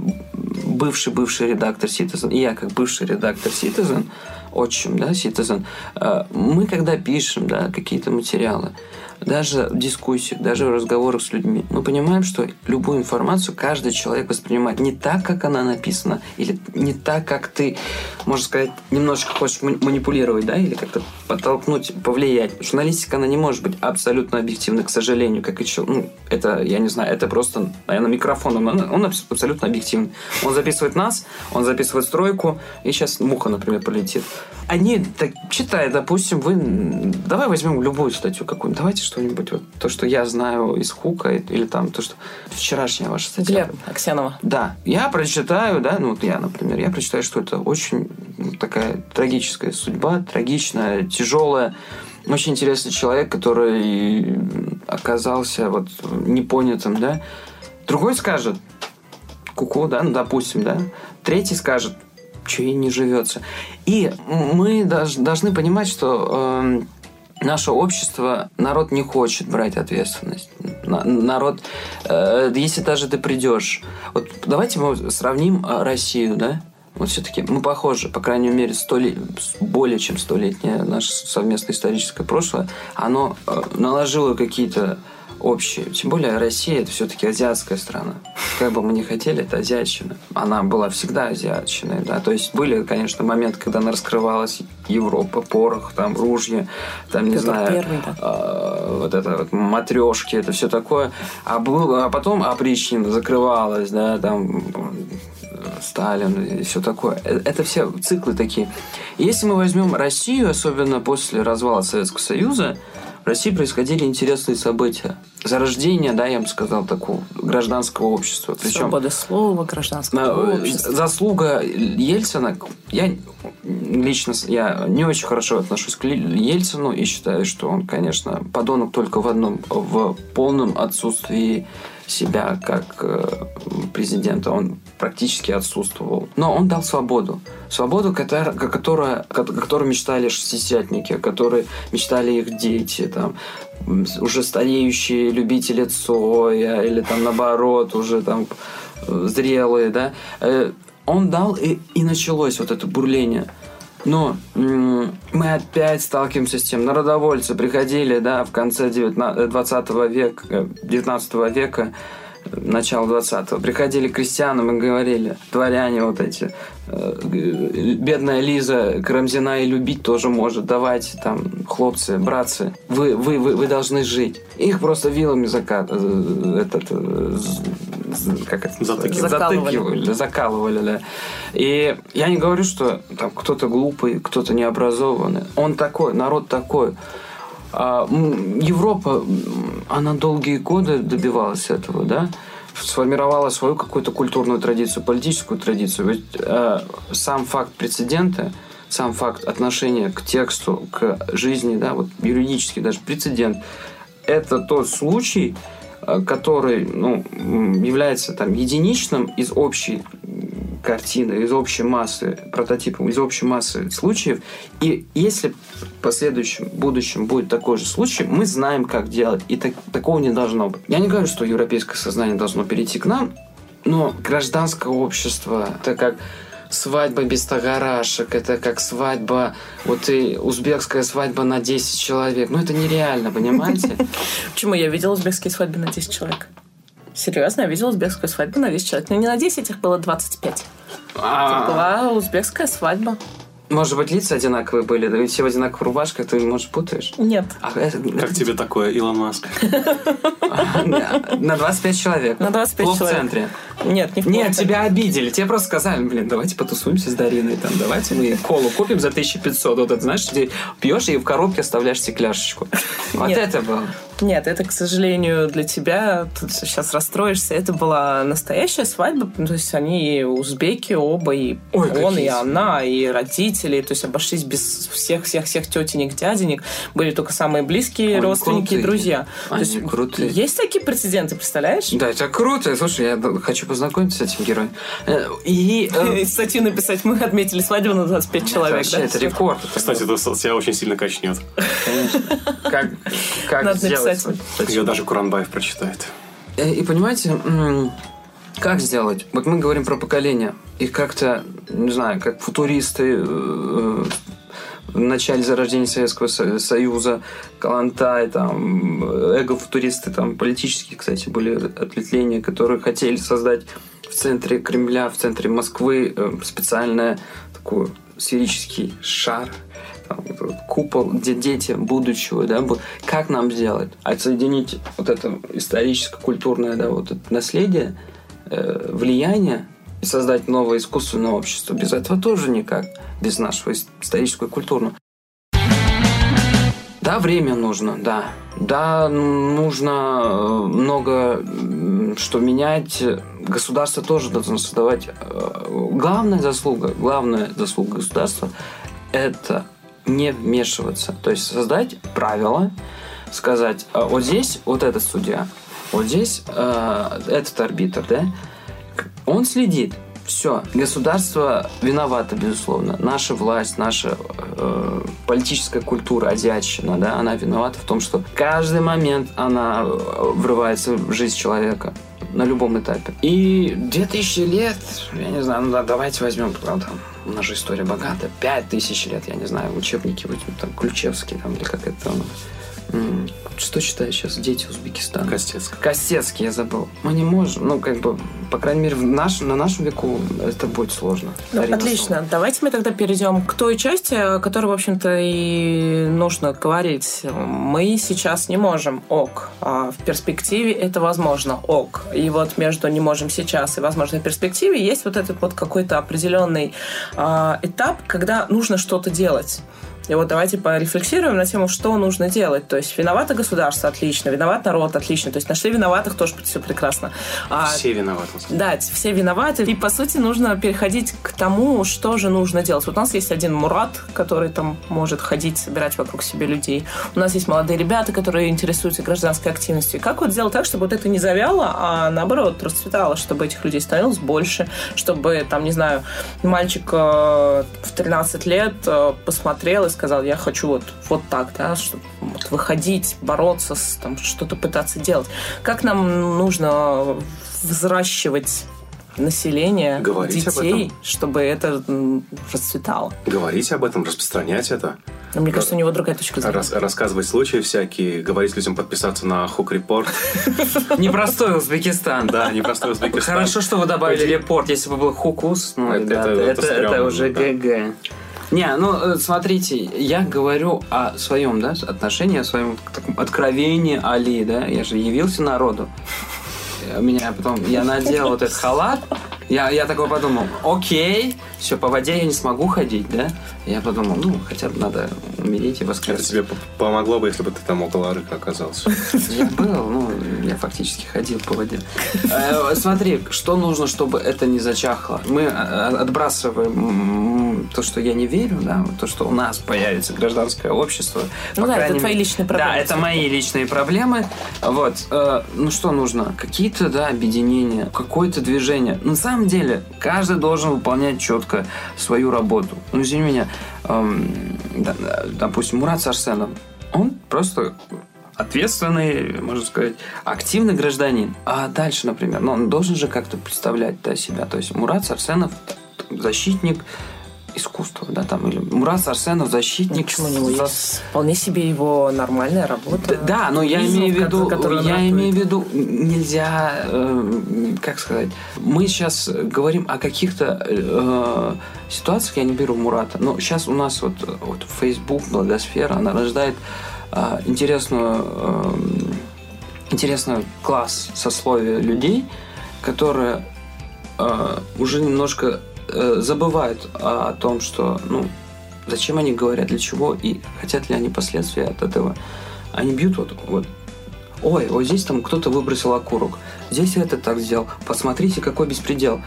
бывший редактор Citizen, и я как бывший редактор Citizen, отчим, да, Citizen, мы когда пишем, да, какие-то материалы, даже в дискуссиях, даже в разговорах с людьми, мы понимаем, что любую информацию каждый человек воспринимает не так, как она написана, или не так, как ты, можно сказать, немножко хочешь манипулировать, да, или как-то подтолкнуть, повлиять. Журналистика, она не может быть абсолютно объективной, к сожалению, как и это, я не знаю, это просто, наверное, микрофон, он абсолютно объективный. Он записывает нас, он записывает стройку, и сейчас муха, например, полетит. Они, так, читая, допустим, давай возьмем любую статью какую-нибудь, давайте что-нибудь, вот то, что я знаю из Хука, или там то, что вчерашняя ваша статья. Глеб Аксенова. Да, я прочитаю, да, я прочитаю, что это очень такая трагическая судьба, трагичная, тяжелая, очень интересный человек, который оказался вот непонятым, да. Другой скажет, ку-ку, да, допустим, да. Третий скажет, что ей не живется. И мы должны понимать, что наше общество, народ не хочет брать ответственность. Народ, если даже ты придешь... Вот давайте мы сравним Россию, да? Вот все-таки мы похожи, по крайней мере, более чем 100-летнее наше совместное историческое прошлое, оно наложило какие-то общие. Тем более Россия – это все-таки азиатская страна. Как бы мы ни хотели, это азиатчина. Она была всегда азиатчиной, да. То есть были, конечно, моменты, когда она раскрывалась, Европа, порох, там, ружья, там, не знаю, первый, да. Вот это вот матрешки, это все такое. А потом опричнина закрывалась, да, там, Сталин и все такое. Это все циклы такие. Если мы возьмем Россию, особенно после развала Советского Союза, в России происходили интересные события. Зарождение, да, я бы сказал, такого гражданского общества. Причем свобода слова, гражданского общества. Заслуга Ельцина, я не очень хорошо отношусь к Ельцину и считаю, что он, конечно, подонок только в одном, в полном отсутствии себя как президента, он практически отсутствовал. Но он дал свободу. Свободу, которую мечтали шестидесятники, которые мечтали их дети, там, уже стареющие любители Цоя, или там наоборот, уже там зрелые, да. Он дал, и началось вот это бурление. Но мы опять сталкиваемся с тем, народовольцы приходили, да, в конце 19 века, начало 20-го, приходили к крестьянам и говорили, дворяне вот эти, бедная Лиза Карамзина и любить тоже может, давайте там, хлопцы, братцы, вы должны жить. Их просто вилами закалывали, да. И я не говорю, что там кто-то глупый, кто-то необразованный. Он такой, народ такой. Европа, она долгие годы добивалась этого, да, сформировала свою какую-то культурную традицию, политическую традицию. Ведь сам факт прецедента, сам факт отношения к тексту, к жизни, да, вот юридический даже прецедент, это тот случай, который, является там единичным из общей картины, из общей массы прототипов, из общей массы случаев. И если в последующем, будущем будет такой же случай, мы знаем, как делать. И такого не должно быть. Я не говорю, что европейское сознание должно перейти к нам, но гражданское общество, это как свадьба без тагарашек, это как свадьба, вот и узбекская свадьба на 10 человек. Это нереально, понимаете? Почему? Я видела узбекские свадьбы на 10 человек. Серьезно, я видела узбекскую свадьбу на 10 человек. Но не на 10, их было 25. Это была узбекская свадьба. Может быть, лица одинаковые были, да ведь все в одинаковых рубашках, ты, может, путаешь? Нет. Как тебе такое, Илон Маск? На 25 человек. На 25 человек. В центре. Нет, не в Нет, тебя обидели. Тебе просто сказали, давайте потусуемся с Дариной, там, давайте мы колу купим за 1500. Вот это, знаешь, ты пьешь и в коробке оставляешь стекляшечку. Вот это было. Нет, это, к сожалению, для тебя, ты сейчас расстроишься, это была настоящая свадьба, то есть они узбеки оба, и он, и она, и родители, то есть обошлись без всех тетенек, дяденек, были только самые близкие родственники и друзья. Они крутые. Есть такие прецеденты, представляешь? Да, это круто. Слушай, я хочу познакомиться с этим героем. И статью написать, мы отметили свадьбу на 25 человек. Вообще, это рекорд. Кстати, это тебя очень сильно качнет. Конечно. Как сделать? Ее даже Куранбаев прочитает. И понимаете, как сделать? Вот мы говорим про поколение. Их как-то, не знаю, как футуристы в начале зарождения Советского Союза, Калантай, там, эго-футуристы, там, политические, кстати, были ответвления, которые хотели создать в центре Кремля, в центре Москвы специальный такой сферический шар, купол, где дети будущего, да, как нам сделать? Отсоединить вот это историческо-культурное, да, вот это наследие, влияние и создать новое искусственное общество. Без этого тоже никак, без нашего исторического и культурного. Да, время нужно, да. Да, нужно много что менять. Государство тоже должно создавать. Главная заслуга государства – это не вмешиваться. То есть создать правила, сказать, вот здесь вот этот судья, вот здесь этот арбитр, да, он следит. Все. Государство виновато, безусловно. Наша власть, наша политическая культура, азиатчина, да, она виновата в том, что каждый момент она врывается в жизнь человека на любом этапе. И 2000 лет, я не знаю, давайте возьмем, там, у нас же история богата, 5000 лет, я не знаю, учебники, там, Ключевский, там, или как это там. Что читают сейчас дети Узбекистана? Костецкий, я забыл. Мы не можем, по крайней мере, на нашем веку это будет сложно. Отлично. Давайте мы тогда перейдем к той части, о которой, в общем-то, и нужно говорить. Мы сейчас не можем, ок. А в перспективе это возможно, ок. И вот между не можем сейчас и возможной перспективе есть вот этот вот какой-то определенный этап, когда нужно что-то делать. И вот давайте порефлексируем на тему, что нужно делать. То есть виновато государство, отлично, виноват народ, отлично. То есть нашли виноватых, тоже все прекрасно. Все виноваты. Да, все виноваты. И, по сути, нужно переходить к тому, что же нужно делать. Вот у нас есть один Мурат, который там может ходить, собирать вокруг себя людей. У нас есть молодые ребята, которые интересуются гражданской активностью. И как вот сделать так, чтобы вот это не завяло, а наоборот расцветало, чтобы этих людей становилось больше, чтобы, там, не знаю, мальчик в 13 лет посмотрел и сказал, я хочу вот так, да, чтобы вот выходить, бороться, там, что-то пытаться делать. Как нам нужно взращивать население, говорить детей, чтобы это расцветало? Говорить об этом, распространять это. Мне кажется, у него другая точка зрения. Рассказывать случаи всякие, говорить людям подписаться на Хук Репорт. Непростой Узбекистан. Да, непростой Узбекистан. Хорошо, что вы добавили репорт. Если бы был Хукус, это уже ГГ. Не, смотрите, я говорю о своем, да, отношении, о своем откровении Али, да. Я же явился народу. Я надел вот этот халат. Я такой подумал, окей, все, по воде я не смогу ходить, да? Я подумал, хотя бы надо умереть и воскреснуть. Это тебе помогло бы, если бы ты там около арыка оказался? Я был, я фактически ходил по воде. Смотри, что нужно, чтобы это не зачахло? Мы отбрасываем то, что я не верю, да, то, что у нас появится гражданское общество. Это твои личные проблемы. Да, это мои личные проблемы. Вот. Что нужно? Какие-то, да, объединения, какое-то движение. На самом деле, каждый должен выполнять четко свою работу. Извини меня, допустим, Мурат Сарсенов, он просто ответственный, можно сказать, активный гражданин. А дальше, например, он должен же как-то представлять себя. То есть Мурат Сарсенов защитник искусства, да, там, или Мурат Сарсенов защитник. Почему у него есть вполне себе его нормальная работа? Да, но я имею в виду, нельзя, как сказать, мы сейчас говорим о каких-то ситуациях, я не беру Мурата, но сейчас у нас вот Facebook, благосфера, она рождает интересный класс сословия людей, которые уже немножко забывают о том, что, зачем они говорят, для чего и хотят ли они последствия от этого. Они бьют ой, вот здесь там кто-то выбросил окурок, здесь это так сделал, посмотрите, какой беспредел.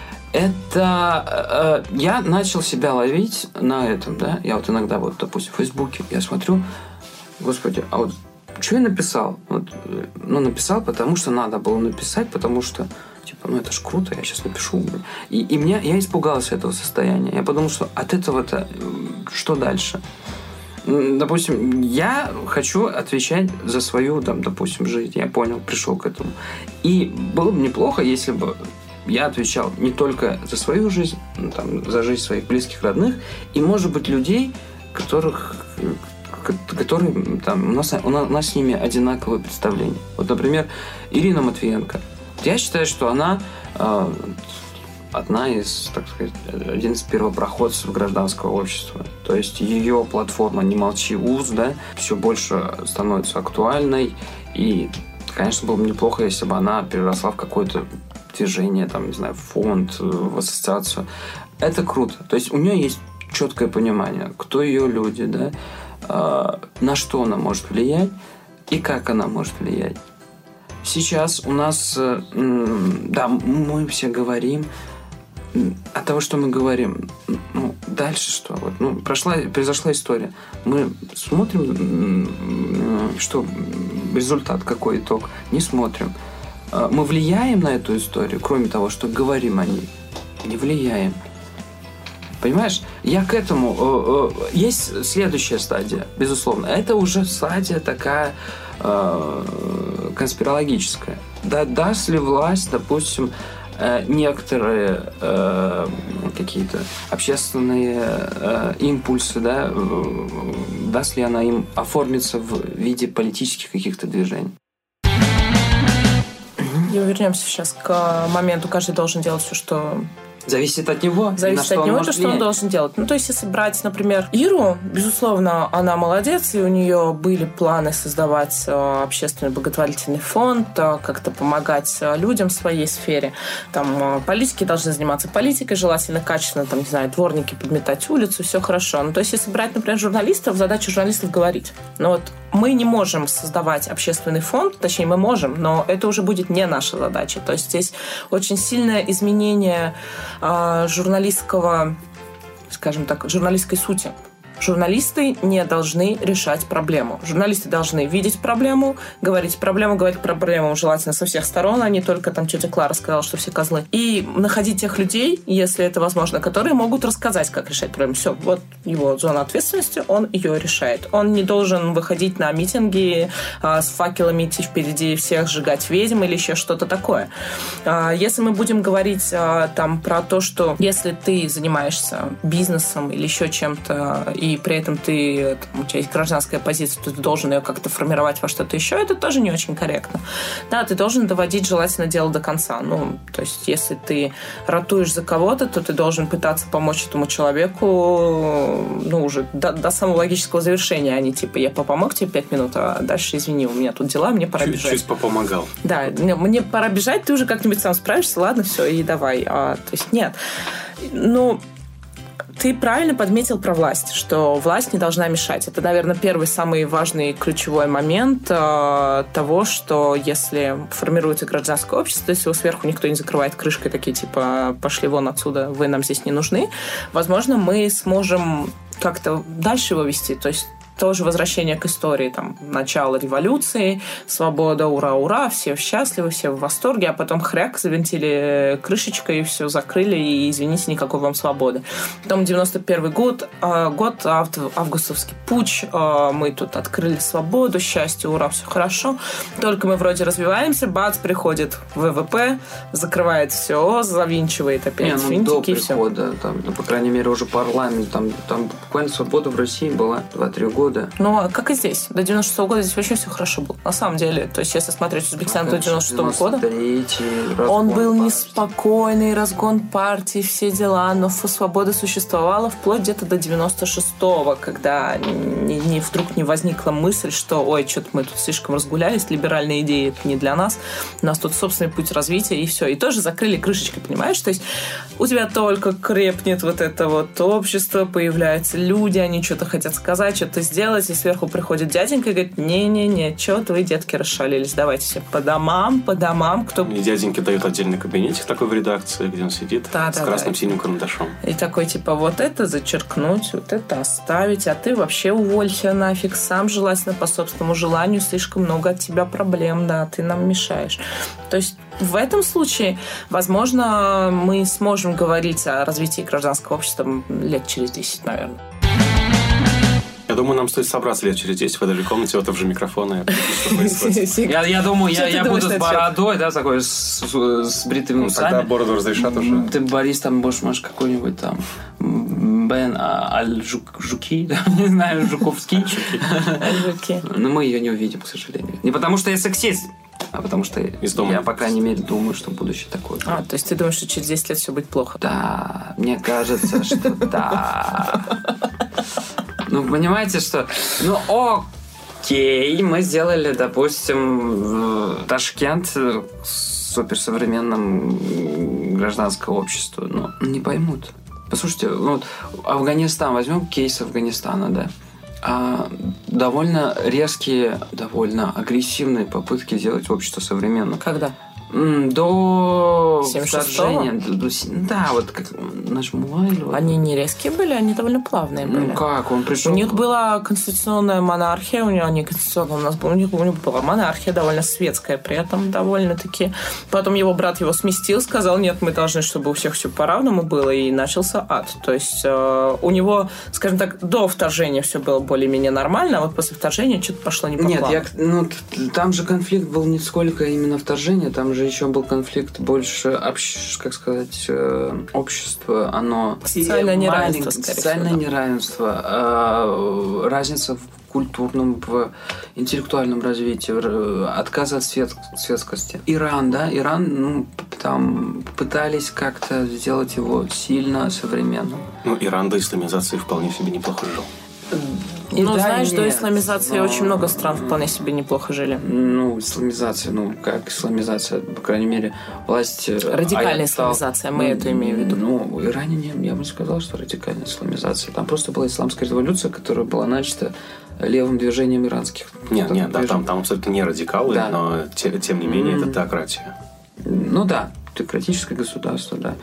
Это я начал себя ловить на этом, да, я иногда допустим, в Фейсбуке я смотрю, господи, а что я написал? Написал, потому что надо было написать, потому что это ж круто, я сейчас напишу. И я испугался этого состояния. Я подумал, что от этого-то что дальше? Допустим, я хочу отвечать за свою, допустим, жизнь. Я понял, пришел к этому. И было бы неплохо, если бы я отвечал не только за свою жизнь, за жизнь своих близких, родных, и, может быть, людей, которые у нас с ними одинаковые представления. Например, Ирина Матвиенко. Я считаю, что она одна из, так сказать, один из первопроходцев гражданского общества. То есть ее платформа «Не молчи, УЗ», да, все больше становится актуальной. И, конечно, было бы неплохо, если бы она переросла в какое-то движение, фонд, в ассоциацию. Это круто. То есть у нее есть четкое понимание, кто ее люди, да, на что она может влиять и как она может влиять. Сейчас у нас, мы все говорим, от того, что мы говорим, дальше что? Произошла история. Мы смотрим, что результат, какой итог, не смотрим. Мы влияем на эту историю, кроме того, что говорим о ней, не влияем. Понимаешь? Я к этому... Есть следующая стадия, безусловно. Это уже стадия такая конспирологическая. Даст ли власть, допустим, некоторые какие-то общественные импульсы, да, даст ли она им оформиться в виде политических каких-то движений? И вернемся сейчас к моменту, каждый должен делать все, что Зависит от него. Зависит от него, что он должен делать. Ну, то есть, если брать, например, Иру, безусловно, она молодец, и у нее были планы создавать общественный благотворительный фонд, как-то помогать людям в своей сфере. Там политики должны заниматься политикой, желательно качественно, там, не знаю, дворники подметать улицу, все хорошо. Ну, то есть, если брать, например, журналистов, задача журналистов говорить. Но вот мы не можем создавать общественный фонд, точнее, мы можем, но это уже будет не наша задача. То есть, здесь очень сильное изменение журналистского, скажем так, журналистской сути. Журналисты не должны решать проблему. Журналисты должны видеть проблему, говорить проблему желательно со всех сторон, а не только там тетя Клара сказала, что все козлы. И находить тех людей, если это возможно, которые могут рассказать, как решать проблему. Все, вот его зона ответственности, он ее решает. Он не должен выходить на митинги с факелами, идти впереди всех, сжигать ведьм или еще что-то такое. Если мы будем говорить там про то, что если ты занимаешься бизнесом или еще чем-то, и при этом у тебя есть гражданская позиция, то ты должен ее как-то формировать во что-то еще, это тоже не очень корректно. Да, ты должен доводить желательно дело до конца. Ну, то есть, если ты ратуешь за кого-то, то ты должен пытаться помочь этому человеку, ну, уже до самого логического завершения, а не типа, я помог тебе 5 минут, а дальше, извини, у меня тут дела, мне пора бежать. Чуть попомогал. Да, мне пора бежать, ты уже как-нибудь сам справишься, ладно, все, и давай. То есть, нет. Ну, ты правильно подметил про власть, что власть не должна мешать. Это, наверное, первый самый важный ключевой момент того, что если формируется гражданское общество, если его сверху никто не закрывает крышкой, такие типа «пошли вон отсюда, вы нам здесь не нужны», возможно, мы сможем как-то дальше его вести. То есть тоже возвращение к истории, там, начало революции, свобода, ура, ура, все счастливы, все в восторге, а потом хряк, завинтили крышечкой, и все закрыли, и, извините, никакой вам свободы. Потом 91 год, августовский путч, мы тут открыли свободу, счастье, ура, все хорошо. Только мы вроде развиваемся, бац, приходит ВВП, закрывает все, завинчивает опять винтики, и все. До прихода, там, ну, по крайней мере, уже парламент, там буквально свобода в России была 2-3 года. Ну, как и здесь. До 96-го года здесь вообще все хорошо было. На самом деле. То есть, если смотреть Узбекистан до 96-го года, он был неспокойный, разгон партии, все дела, но свобода существовала вплоть где-то до 96-го, когда вдруг не возникла мысль, что ой, что-то мы тут слишком разгулялись, либеральные идеи это не для нас, у нас тут собственный путь развития, и все. И тоже закрыли крышечкой, понимаешь? То есть, у тебя только крепнет вот это вот общество, появляются люди, они что-то хотят сказать, что-то сделать, и сверху приходит дяденька и говорит, не-не-не, что твои детки расшалились, давайте все по домам, кто... И дяденьке дают отдельный кабинетик такой в редакции, где он сидит с красным синим карандашом. И такой, типа, вот это зачеркнуть, вот это оставить, а ты вообще уволься нафиг, сам желательно по собственному желанию, слишком много от тебя проблем, да, ты нам мешаешь. То есть в этом случае, возможно, мы сможем говорить о развитии гражданского общества лет через 10, наверное. Я думаю, нам стоит собраться лет через 10 в этой же комнате, вот же микрофоны. Я думаю, я буду с бородой, да, такой, с бритыми усами. Тогда бороду разрешат уже. Ты, Борис, там будешь, может, какой-нибудь там Бен Аль-Жуки, не знаю, Жуковский. Но мы ее не увидим, к сожалению. Не потому, что я сексист, а потому что я, по крайней мере, думаю, что будущее такое. То есть ты думаешь, что через 10 лет все будет плохо? Да, мне кажется, что да. Ну, понимаете, что... Ну, окей, мы сделали, допустим, Ташкент суперсовременным гражданское общество. Но не поймут. Послушайте, вот Афганистан, возьмем кейс Афганистана, да. Довольно резкие, довольно агрессивные попытки сделать общество современным. Когда? До 76-го? вторжения. Да, вот как нажму. Они не резкие были, они довольно плавные были. Ну как, он пришел... У них была конституционная монархия, у них была монархия довольно светская, при этом довольно-таки. Потом его брат его сместил, сказал, нет, мы должны, чтобы у всех все по-равному было, и начался ад. То есть у него, скажем так, до вторжения все было более-менее нормально, а вот после вторжения что-то пошло не по плану. Там же конфликт был не сколько именно вторжение, там же еще был конфликт больше, как сказать, общество, оно... Социальное неравенство, скорее всего. Социальное неравенство, разница в культурном, в интеллектуальном развитии, отказ от светскости. Иран, там пытались как-то сделать его сильно современным. Иран до исламизации вполне себе неплохо жил. До исламизации очень много стран вполне себе неплохо жили. Исламизация, как исламизация, по крайней мере, власть... Радикальная исламизация, мы это имеем в виду. В Иране я бы не сказал, что радикальная исламизация. Там просто была исламская революция, которая была начата левым движением иранских. Там абсолютно не радикалы, но тем не менее это теократия. Теократическое государство, да.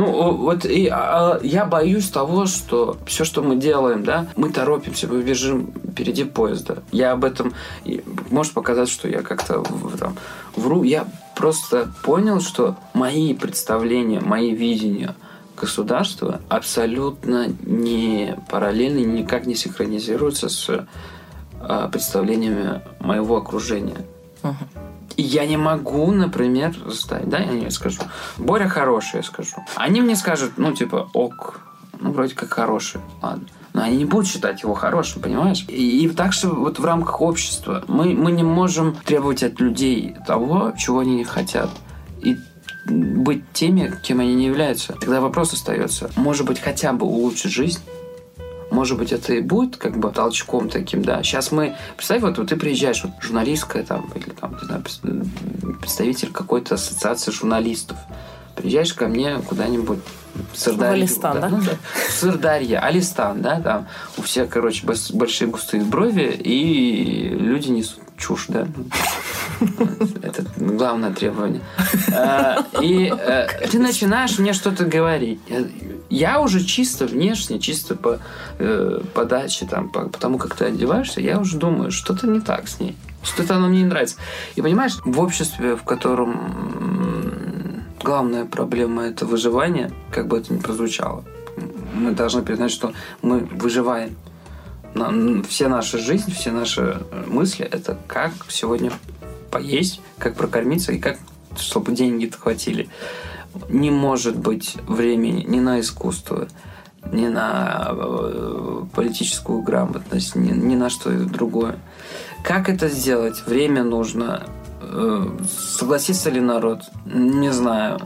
Я боюсь того, что все, что мы делаем, мы торопимся, мы бежим впереди поезда. Я об этом... Может показаться, что я как-то вру. Я просто понял, что мои представления, мои видения государства абсолютно не параллельны, никак не синхронизируются с представлениями моего окружения. И я не могу, например, заставить, я не скажу, Боря хороший, я скажу. Они мне скажут, ок, вроде как хороший, ладно. Но они не будут считать его хорошим, понимаешь? И так что в рамках общества мы не можем требовать от людей того, чего они не хотят. И быть теми, кем они не являются. Тогда вопрос остается, может быть, хотя бы улучшить жизнь? Может быть, это и будет толчком таким, да. Сейчас представь, ты приезжаешь, журналистка или не знаю, представитель какой-то ассоциации журналистов. Приезжаешь ко мне куда-нибудь в Сырдарью. Алистан, да? В Сырдарье, Алистан, да, там у всех, большие густые брови, и люди несут чушь, да. Это главное требование. И ты начинаешь мне что-то говорить. Я уже чисто внешне, чисто по подаче, по тому, как ты одеваешься, я уже думаю, что-то не так с ней. Что-то оно мне не нравится. И понимаешь, в обществе, в котором главная проблема – это выживание, как бы это ни прозвучало, мы должны признать, что мы выживаем. Вся наша жизнь, все наши мысли – это как сегодня поесть, как прокормиться и как, чтобы деньги-то хватили. Не может быть времени ни на искусство, ни на политическую грамотность, ни на что другое. Как это сделать? Время нужно. Согласится ли народ? Не знаю.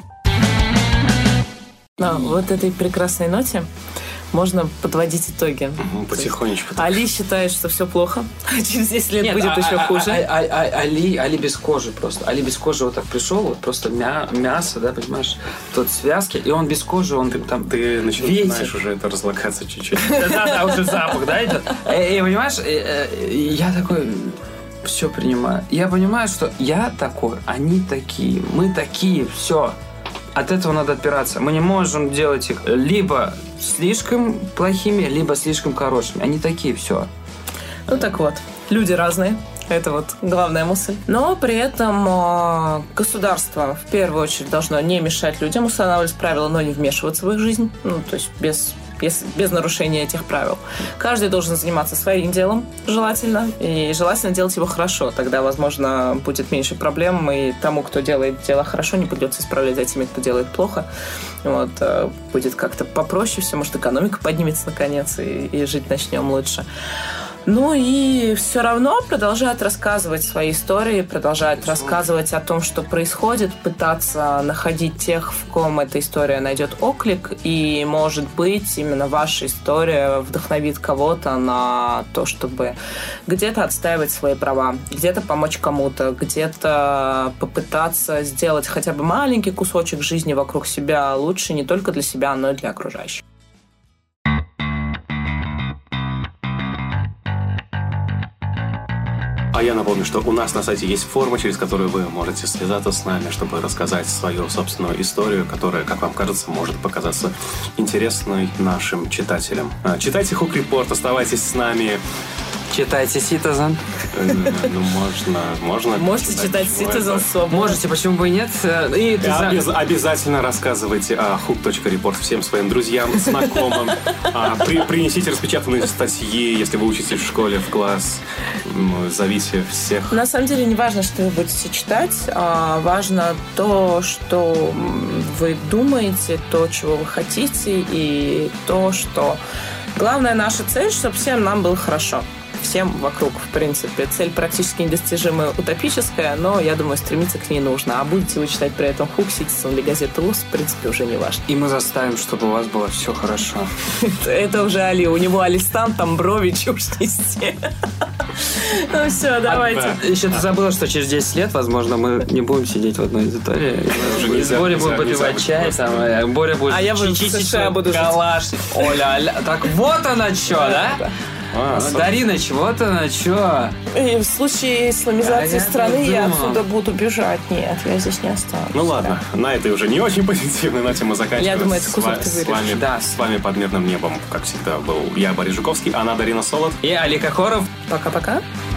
На этой прекрасной ноте можно подводить итоги. Потихонечку. Али считает, что все плохо. Через 10 лет будет еще хуже. Али без кожи просто. Али без кожи так пришел, просто мясо, да, понимаешь, тут связки, и он без кожи, он там... Ты начинаешь уже это разлагаться чуть-чуть. Да, уже запах, да, идет? И понимаешь, я такой... Все принимаю. Я понимаю, что я такой, они такие, мы такие, все. От этого надо отпираться. Мы не можем делать их либо слишком плохими, либо слишком хорошими. Они такие, все. Люди разные. Это главная мысль. Но при этом государство в первую очередь должно не мешать людям устанавливать правила, но не вмешиваться в их жизнь. То есть без нарушения этих правил. Каждый должен заниматься своим делом, желательно, и желательно делать его хорошо. Тогда, возможно, будет меньше проблем, и тому, кто делает дело хорошо, не придется исправлять за теми, кто делает плохо. Будет как-то попроще все, может, экономика поднимется наконец, и жить начнем лучше. И все равно продолжают рассказывать свои истории, продолжают рассказывать о том, что происходит, пытаться находить тех, в ком эта история найдет отклик, и, может быть, именно ваша история вдохновит кого-то на то, чтобы где-то отстаивать свои права, где-то помочь кому-то, где-то попытаться сделать хотя бы маленький кусочек жизни вокруг себя лучше не только для себя, но и для окружающих. А я напомню, что у нас на сайте есть форма, через которую вы можете связаться с нами, чтобы рассказать свою собственную историю, которая, как вам кажется, может показаться интересной нашим читателям. Читайте Hook Report, оставайтесь с нами. Читайте Citizen. Можно. Можете читать Citizen свободно. Можете, почему бы и нет. Обязательно рассказывайте о hook.report всем своим друзьям, знакомым. Принесите распечатанные статьи, если вы учитесь в школе, в класс. Зовите всех. На самом деле не важно, что вы будете читать, а важно то, что вы думаете, то, чего вы хотите, и то, что... Главная наша цель, чтобы всем нам было хорошо. всем вокруг, в принципе. Цель практически недостижимая, утопическая, но, я думаю, стремиться к ней нужно. А будете вы читать при этом Хук, Ситизен или газету ЛУС, в принципе, уже не важно. И мы заставим, чтобы у вас было все хорошо. Это уже Али. У него Алистан, там брови, чушь нести. Ну все, давайте. Еще ты забыла, что через 10 лет, возможно, мы не будем сидеть в одной аудитории. Боря будет попивать чай, Боря будет А я в США буду жить. калаш. Оля, так вот она что, да? Дариныч, вот она что. И в случае исламизации я страны я думал. отсюда буду бежать. Нет, я здесь не останусь. Ну ладно, на этой уже не очень позитивной ноте мы заканчиваем. Я думаю, этот кусок ты с вами, Да. с вами под мирным небом, как всегда, был я, Борис Жуковский, она Дарина Солод. И Али Кахоров. Пока-пока.